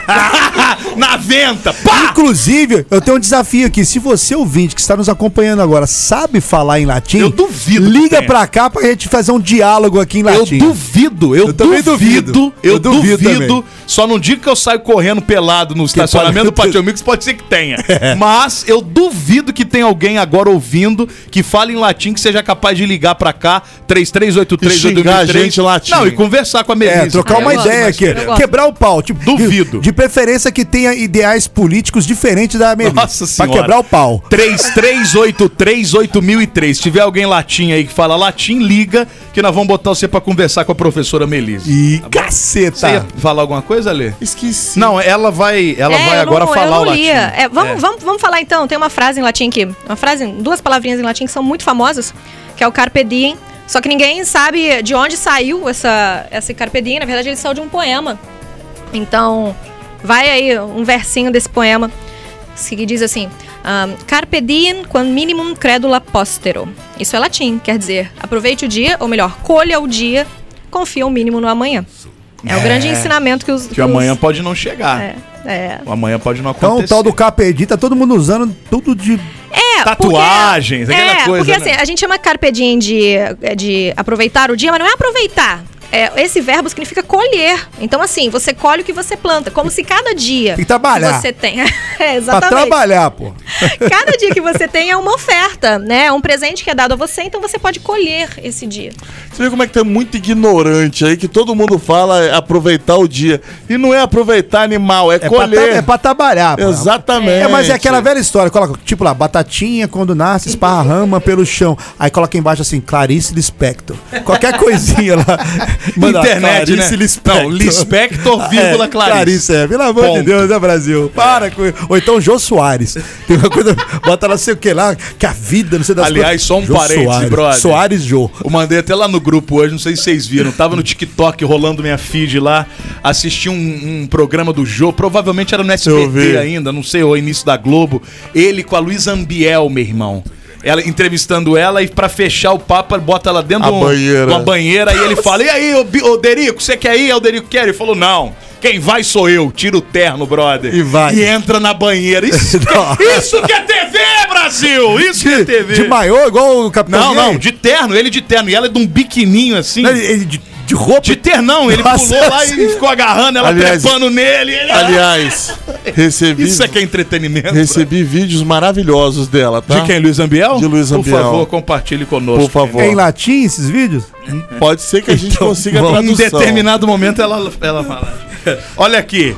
Na venta, pá! Inclusive, eu tenho um desafio aqui. Se você, ouvinte, que está nos acompanhando agora, sabe falar em latim, eu duvido. Liga pra cá pra gente fazer um diálogo aqui em latim. Eu também duvido. Eu duvido. Só não digo que eu saio correndo pelado no estacionamento do Pátio Amigos, pode ser que tenha. Mas eu duvido que tenha alguém agora ouvindo que fale em latim, que seja capaz de ligar pra cá, 3383 latim. Não, e conversar com a Melise. Trocar uma ideia aqui. Quebrar o pau. Tipo, duvido. De preferência que tenha ideais políticos diferentes da Melise. Nossa senhora. Pra quebrar o pau. 33838003. Se tiver alguém latim aí que fala latim, liga, que nós vamos botar você pra conversar com a professora Melise. Ih, caceta. Você ia falar alguma coisa, Alê? Esqueci. Não, ela vai agora falar o latim. Vamos falar então, tem uma frase em latim aqui, duas palavrinhas em latim que são muito famosas, que é o carpe diem, só que ninguém sabe de onde saiu esse carpe diem, na verdade ele saiu de um poema. Então, vai aí um versinho desse poema, que diz assim: carpe diem quam minimum credula postero. Isso é latim, quer dizer, aproveite o dia, ou melhor, colha o dia, confia o mínimo no amanhã. É o grande ensinamento que amanhã pode não chegar. O amanhã pode não acontecer. Então o tal do carpe diem tá todo mundo usando tudo de... tatuagens, aquela coisa, porque assim, a gente chama carpe diem de aproveitar o dia, mas não é aproveitar. esse verbo significa colher. Então, assim, você colhe o que você planta. Como se cada dia tem que trabalhar. Que você tem... exatamente. Pra trabalhar, pô. Cada dia que você tem é uma oferta, né? É um presente que é dado a você, então você pode colher esse dia. Você vê como é que tem muito ignorante aí, que todo mundo fala aproveitar o dia. E não é aproveitar animal, é colher. É pra trabalhar, pô. Exatamente. Mas é aquela velha história, coloca, tipo lá, batatinha quando nasce, esparrama pelo chão. Aí coloca embaixo assim, Clarice Lispector. Qualquer coisinha lá. Manda internet, Clarice, né? Lispector. Não, Lispector, vírgula, Clarice. Clarice, pelo amor de Deus, né, Brasil? Para com... Ou então Jô Soares. Tem uma coisa, bota não sei o que lá, que a vida, não sei das Aliás, só um Jô parênteses, Soares. brother. Soares Jô. Eu mandei até lá no grupo hoje, não sei se vocês viram. Tava no TikTok rolando minha feed lá. Assisti um programa do Jô, provavelmente era no SBT ainda, não sei, ou início da Globo. Ele com a Luísa Ambiel, meu irmão. Ela entrevistando ela e pra fechar o papo, bota ela dentro de uma banheira e ele fala: e aí, ô Derico, você quer ir? Aí o Derico quer. Ele falou: não. Quem vai sou eu. Tira o terno, brother. E vai. E entra na banheira. Isso que é TV, Brasil! Isso que é TV. De maiô, igual o Capitão Não, de terno. Ele de terno. E ela é de um biquininho assim. Não, ele de roupa? De ternão. Ele pulou lá e ficou agarrando ela, trepando nele. Aliás, recebi... Isso aqui é entretenimento. Recebi vídeos maravilhosos dela, tá? De quem? Luiz Ambiel? De Luiz Ambiel. Por favor, compartilhe conosco. Por favor. É em latim esses vídeos? Pode ser que a gente consiga a tradução. Em determinado momento ela fala. Olha aqui.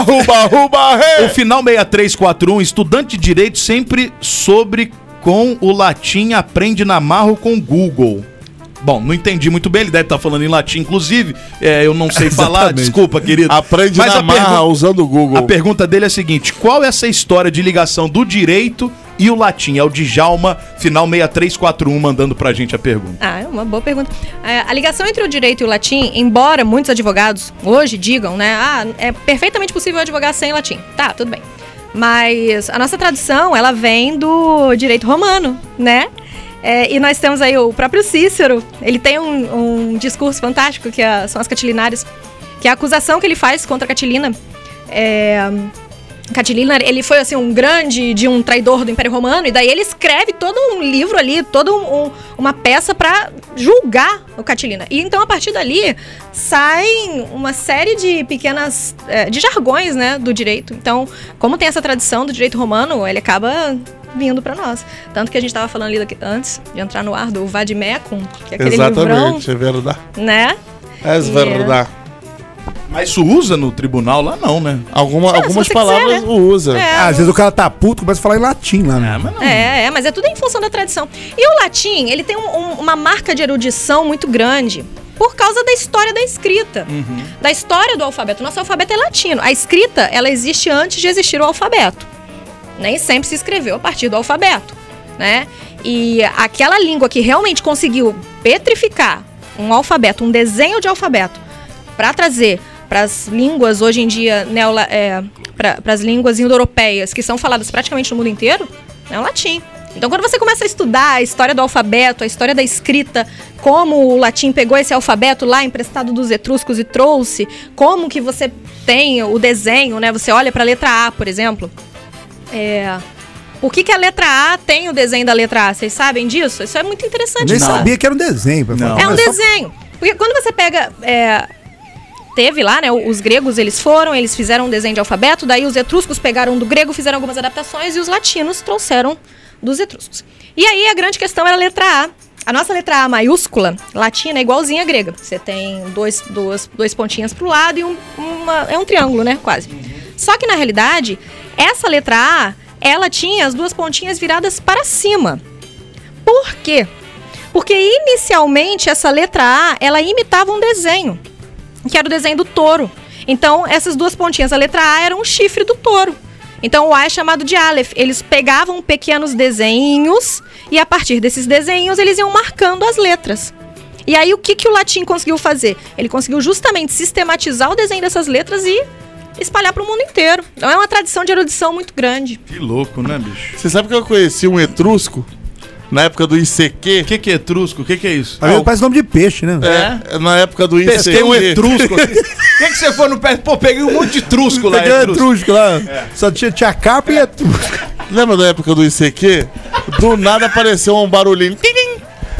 Ruba, hey. O final 6341, estudante de direito sempre sobre com o latim aprende na marra ou com o Google. Bom, não entendi muito bem, ele deve estar falando em latim, inclusive, eu não sei falar, desculpa, querido. Aprende na marra usando o Google. A pergunta dele é a seguinte: qual é essa história de ligação do direito e o latim? É o Djalma, final 6341, mandando pra gente a pergunta. É uma boa pergunta. A ligação entre o direito e o latim, embora muitos advogados hoje digam, né, é perfeitamente possível advogar sem latim. Tá, tudo bem. Mas a nossa tradução, ela vem do direito romano, né? E nós temos aí o próprio Cícero. Ele tem um discurso fantástico, que são as Catilinárias, que é a acusação que ele faz contra Catilina. Catilina, ele foi assim um traidor do Império Romano, e daí ele escreve todo um livro ali, toda uma peça para julgar o Catilina. E então a partir dali saem uma série de pequenas de jargões, né, do direito. Então, como tem essa tradição do direito romano, ele acaba vindo para nós. Tanto que a gente estava falando ali antes de entrar no ar do Vadimecum, que é aquele livrão. Exatamente, é verdade. Né? É verdade. Mas isso usa no tribunal lá não, né? Algumas palavras quiser, né? usa. Às vezes o cara tá puto, começa a falar em latim lá, né? Mas não. Mas é tudo em função da tradição. E o latim, ele tem uma marca de erudição muito grande por causa da história da escrita. Da história do alfabeto. Nosso alfabeto é latino. A escrita, ela existe antes de existir o alfabeto. Nem sempre se escreveu a partir do alfabeto, né? E aquela língua que realmente conseguiu petrificar um alfabeto, um desenho de alfabeto, para trazer para as línguas hoje em dia, para as línguas indo-europeias, que são faladas praticamente no mundo inteiro, é o latim. Então, quando você começa a estudar a história do alfabeto, a história da escrita, como o latim pegou esse alfabeto lá emprestado dos etruscos e trouxe, como que você tem o desenho, né? Você olha para a letra A, por exemplo. Por que a letra A tem o desenho da letra A? Vocês sabem disso? Isso é muito interessante. Eu nem sabia que era um desenho. É um desenho. Porque quando você pega... Teve lá, né? Os gregos, eles fizeram um desenho de alfabeto, daí os etruscos pegaram do grego, fizeram algumas adaptações e os latinos trouxeram dos etruscos. E aí a grande questão era a letra A. A nossa letra A maiúscula, latina, é igualzinha à grega. Você tem dois pontinhas pro lado e é um triângulo, né? Quase. Só que na realidade, essa letra A, ela tinha as duas pontinhas viradas para cima. Por quê? Porque inicialmente essa letra A, ela imitava um desenho, que era o desenho do touro. Então, essas duas pontinhas, a letra A era um chifre do touro. Então, o A é chamado de Aleph. Eles pegavam pequenos desenhos e, a partir desses desenhos, eles iam marcando as letras. E aí, o que o latim conseguiu fazer? Ele conseguiu justamente sistematizar o desenho dessas letras e espalhar para o mundo inteiro. Então, é uma tradição de erudição muito grande. Que louco, né, bicho? Você sabe que eu conheci um etrusco? Na época do ICQ. O que é etrusco? O que é isso? Parece nome de peixe, né? Na época do ICQ. Pesquei um etrusco. O que você foi no pé? Pô, peguei um monte de etrusco lá. Peguei etrusco lá. Só tinha capa e etrusco. Lembra da época do ICQ? Do nada apareceu um barulhinho.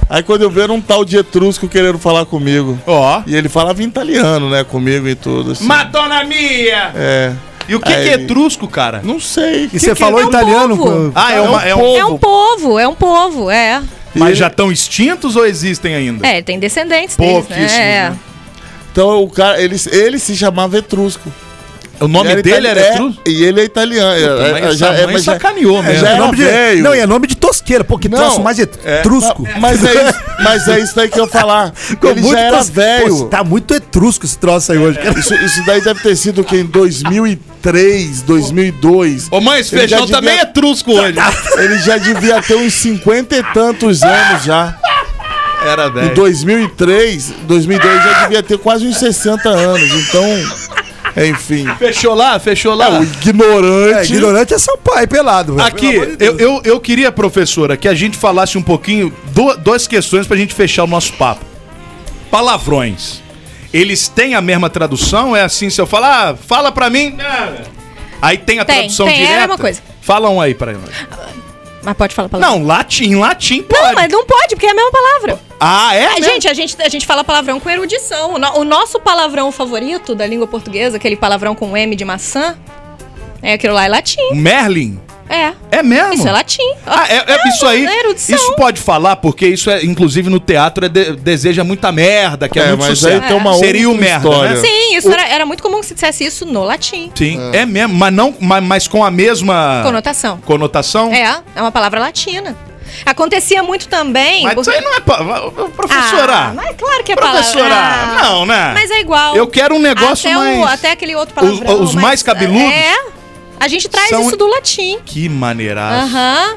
Aí quando eu vi, era um tal de etrusco querendo falar comigo. Ó. E ele falava em italiano, né, comigo e tudo. Assim. Madonna mia! É. E o que é etrusco, cara? Não sei. E você falou italiano? Povo. É um povo. Mas já estão extintos ou existem ainda? Tem descendentes deles, né? Então o cara, ele se chamava etrusco. O nome dele era Etrusco? E ele é italiano. Mas sacaneou mesmo. Já era velho. Não, e é nome de tosqueira. Pô, que troço mais etrusco. Mas é isso daí que eu ia falar. Ele já era velho. Pô, tá muito etrusco esse troço aí hoje. Isso daí deve ter sido o que? Em 2003, 2002. Ô mãe, esse feijão também é etrusco hoje. Ele já devia ter uns 50 e tantos anos já. Era velho. Em 2003, 2002 já devia ter quase uns 60 anos. Então... Enfim. Fechou lá? O ignorante. Ignorante é seu pai, pelado. Velho. Aqui, eu queria, professora, que a gente falasse um pouquinho, duas questões pra gente fechar o nosso papo. Palavrões. Eles têm a mesma tradução? É assim, se eu falar, fala pra mim... Aí tem a tradução direta? É a mesma coisa. Fala um aí pra nós. Mas pode falar palavra. Não, latim pode. Não, mas não pode, porque é a mesma palavra. Ah, é? A gente fala palavrão com erudição. O nosso palavrão favorito da língua portuguesa, aquele palavrão com M de maçã, aquilo lá é latim. Merlin? É. É mesmo? Isso é latim. Isso aí. Isso pode falar, porque isso é, inclusive no teatro, deseja muita merda, que é muito sucesso. Tem uma seria o merda, história. né? Sim, isso era muito comum que se dissesse isso no latim. Sim, é mesmo, mas com a mesma... Conotação? É uma palavra latina. Acontecia muito também... Mas isso aí não é... Professora! Mas claro que é professora, não, né? Mas é igual. Eu quero um negócio mais... Até aquele outro palavrão. Os mais cabeludos? A gente traz isso do latim. Que maneiraço.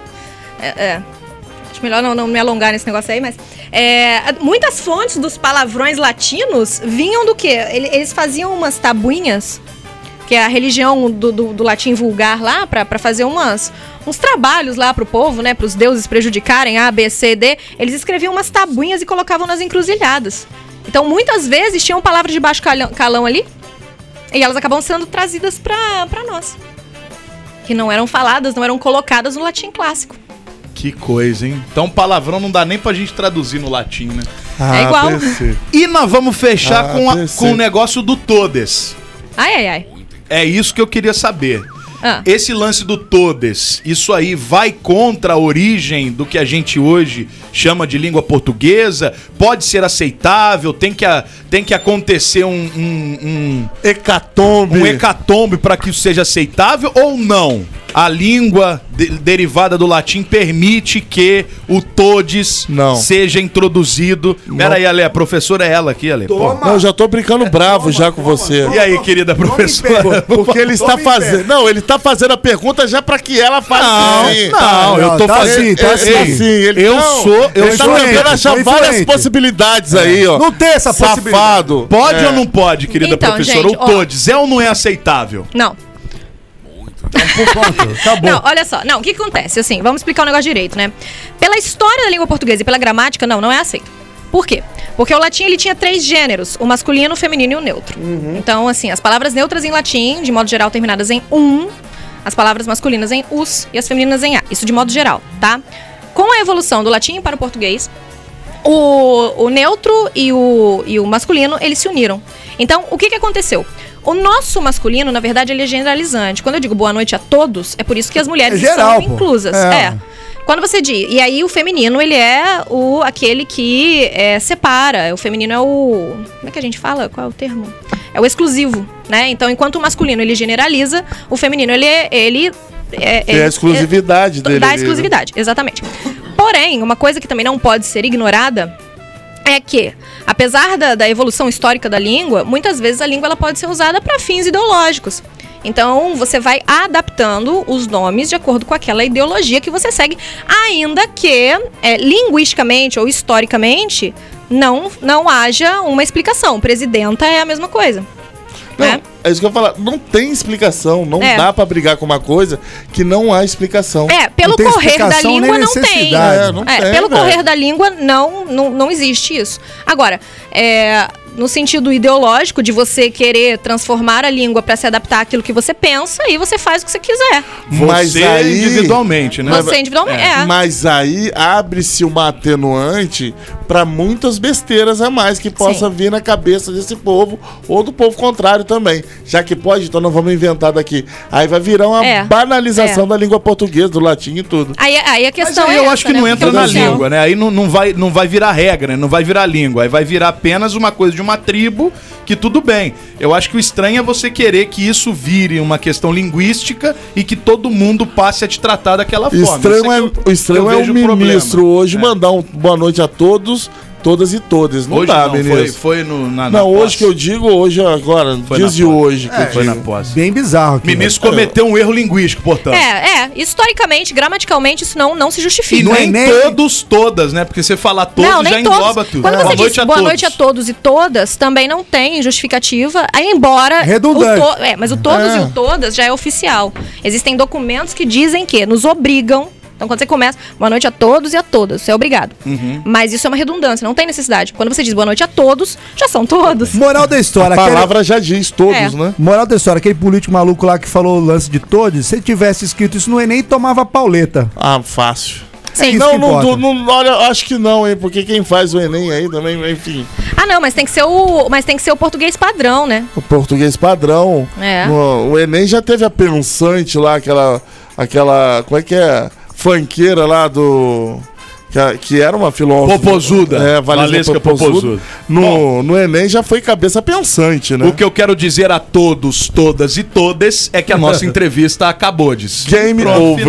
Acho melhor não me alongar nesse negócio aí, mas... muitas fontes dos palavrões latinos vinham do quê? Eles faziam umas tabuinhas, que é a religião do latim vulgar lá, pra fazer uns trabalhos lá pro povo, né? Pros deuses prejudicarem A, B, C, D. Eles escreviam umas tabuinhas e colocavam nas encruzilhadas. Então, muitas vezes, tinham palavras de baixo calão ali, e elas acabam sendo trazidas pra nós. Que não eram faladas, não eram colocadas no latim clássico. Que coisa, hein? Então palavrão não dá nem pra gente traduzir no latim, né? É igual. E nós vamos fechar com o negócio do todes. Ai. É isso que eu queria saber. Esse lance do todes, isso aí vai contra a origem do que a gente hoje chama de língua portuguesa? Pode ser aceitável? Tem que acontecer um hecatombe para que isso seja aceitável ou não? A língua derivada do latim permite que o todes seja introduzido. Pera aí, Ale, a professora é ela aqui, Ale. Não, eu já tô brincando bravo já com você. E aí, querida professora? Porque ele está fazendo... Não, ele está fazendo a pergunta já pra que ela faça. Não, eu tô fazendo... Eu sou tentando achar várias possibilidades aí, ó. Não tem essa possibilidade. Pode ou não pode, querida professora? Gente, o todes é ou não é aceitável? Não. Acabou. Não, olha só. Não, o que acontece? Assim, vamos explicar o negócio direito, né? Pela história da língua portuguesa e pela gramática, não é aceito. Por quê? Porque o latim, ele tinha 3 gêneros. O masculino, o feminino e o neutro. Então, assim, as palavras neutras em latim, de modo geral, terminadas em as palavras masculinas em us e as femininas em a. Isso de modo geral, tá? Com a evolução do latim para o português, o neutro e o masculino, eles se uniram. Então, o que aconteceu? O nosso masculino, na verdade, ele é generalizante. Quando eu digo boa noite a todos, é por isso que as mulheres são inclusas. Quando você diz... E aí, o feminino, ele é aquele que separa. O feminino é o... Como é que a gente fala? Qual é o termo? É o exclusivo, né? Então, enquanto o masculino, ele generaliza, o feminino, ele tem a exclusividade dele. Dá a exclusividade, exatamente. Porém, uma coisa que também não pode ser ignorada é que, apesar da evolução histórica da língua, muitas vezes a língua ela pode ser usada para fins ideológicos. Então, você vai adaptando os nomes de acordo com aquela ideologia que você segue, ainda que, linguisticamente ou historicamente, não haja uma explicação. Presidenta é a mesma coisa. Não, né? É isso que eu ia falar. Não tem explicação. Não dá pra brigar com uma coisa que não há explicação. Pelo correr da língua não tem. Não tem. Pelo correr da língua não existe isso. Agora, no sentido ideológico de você querer transformar a língua para se adaptar àquilo que você pensa, aí você faz o que você quiser. Mas aí, individualmente, né? Você individualmente, Mas aí abre-se uma atenuante para muitas besteiras a mais que possa vir na cabeça desse povo ou do povo contrário também. Já que pode, então não vamos inventar daqui. Aí vai virar uma banalização da língua portuguesa, do latim e tudo. Aí a questão eu acho que não entra na língua, né? Aí não vai virar regra, né? Não vai virar língua. Aí vai virar apenas uma coisa de uma tribo, que tudo bem. Eu acho que o estranho é você querer que isso vire uma questão linguística e que todo mundo passe a te tratar daquela forma. O estranho é o ministro hoje mandar boa noite a todos, todas e todas. Não hoje dá, não, ministro. Foi na hoje posse. Que eu digo, hoje agora, Foi dias de hoje. Que foi na posse. Bem bizarro. O ministro cometeu um erro linguístico, portanto. Historicamente, gramaticalmente, isso não se justifica. E nem todos, todas, né? Porque você falar todos já engloba tudo. Quando você diz boa noite a todos e todas, também não tem justificativa, embora... Redundante. Mas o todos e o todas já é oficial. Existem documentos que dizem que nos obrigam. Então, quando você começa, boa noite a todos e a todas, você é obrigado. Mas isso é uma redundância, não tem necessidade. Quando você diz boa noite a todos, já são todos. Moral da história. A palavra já diz todos, né? Moral da história, aquele político maluco lá que falou o lance de todos, se tivesse escrito isso no Enem, tomava pauleta. Fácil. Sim. Não, olha, acho que não, hein? Porque quem faz o Enem aí também, enfim. Não, mas tem que ser o português padrão, né? O português padrão. O Enem já teve a pensante lá, aquela como é que é? Funkeira lá que era uma filósofa. Popozuda. Valesca Popozuda. No Enem já foi cabeça pensante, né? O que eu quero dizer a todos, todas e todes é que a nossa entrevista acabou disso. Game over.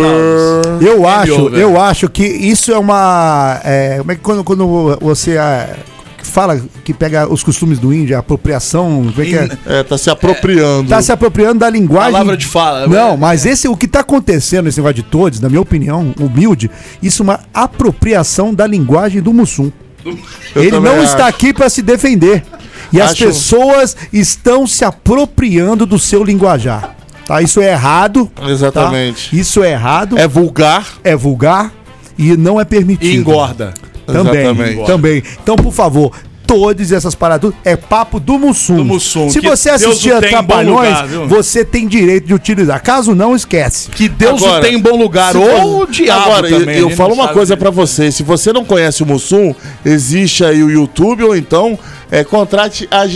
Eu acho que isso é uma... como é que quando você... fala que pega os costumes do índio, a apropriação, tá se apropriando. Tá se apropriando da linguagem. Palavra de fala. Não, mas o que tá acontecendo nesse negócio de todos, na minha opinião, humilde, isso é uma apropriação da linguagem do Mussum. Ele não está aqui para se defender. E as pessoas estão se apropriando do seu linguajar. Tá? Isso é errado. Exatamente. Tá? Isso é errado. É vulgar. É vulgar e não é permitido. E engorda. Também. Então, por favor, todas essas paradas é papo do Mussum. Se você assistir a Trapalhões, você tem direito de utilizar. Caso não, esquece. Que Deus o tem em bom lugar. Ou o diabo agora, também. Eu falo uma coisa pra você. Se você não conhece o Mussum, existe aí o YouTube ou então... contrate a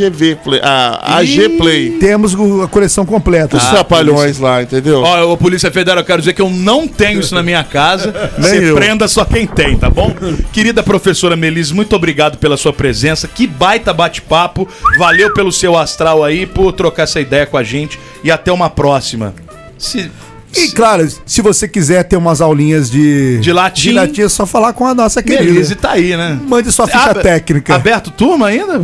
AG Play. Temos a coleção completa. Os Trapalhões lá, entendeu? Ó, Polícia Federal, eu quero dizer que eu não tenho isso na minha casa. Você prenda só quem tem, tá bom? Querida professora Melise, muito obrigado pela sua presença. Que baita bate-papo. Valeu pelo seu astral aí, por trocar essa ideia com a gente. E até uma próxima. E claro, se você quiser ter umas aulinhas de latim, é só falar com a nossa querida. Melise tá aí, né? Mande sua ficha técnica. Aberto turma ainda?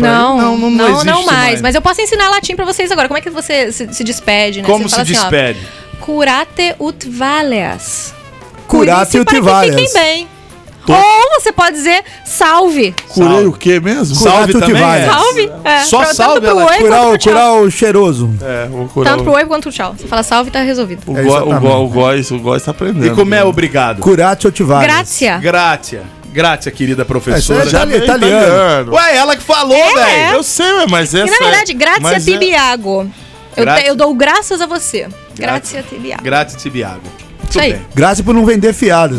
Não mais. Mas eu posso ensinar latim pra vocês agora. Como é que você se despede, né? Como se despede? Curate ut valeas. Curate ut valeas. Fiquem bem. Ou você pode dizer salve. Curei o quê mesmo? Salve também. Salve. Só salve. Curar o cheiroso. Tanto pro oi quanto pro tchau. Você fala salve e tá resolvido. O Góis tá aprendendo. E como é obrigado? Curate ut valeas. Grazie, querida professora. Já é italiano. Ué, ela que falou, velho. Eu sei, mas essa... E na verdade, grazie tibiago. Eu dou graças a você. Grazie tibiago. Grazie tibiago. Isso aí. Graças por não vender fiados.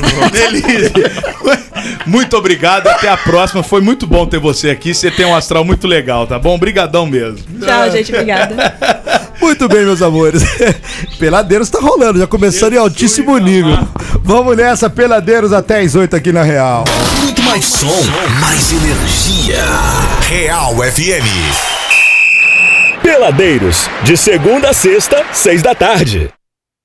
Muito obrigado, até a próxima. Foi muito bom ter você aqui. Você tem um astral muito legal, tá bom? Obrigadão mesmo. Tchau, gente. Obrigada. Muito bem, meus amores. Peladeiros tá rolando, já começando em altíssimo nível. Vamos nessa, Peladeiros até as 8 aqui na Real. Muito mais som, mais energia. Real FM. Peladeiros, de segunda a sexta, 6 da tarde.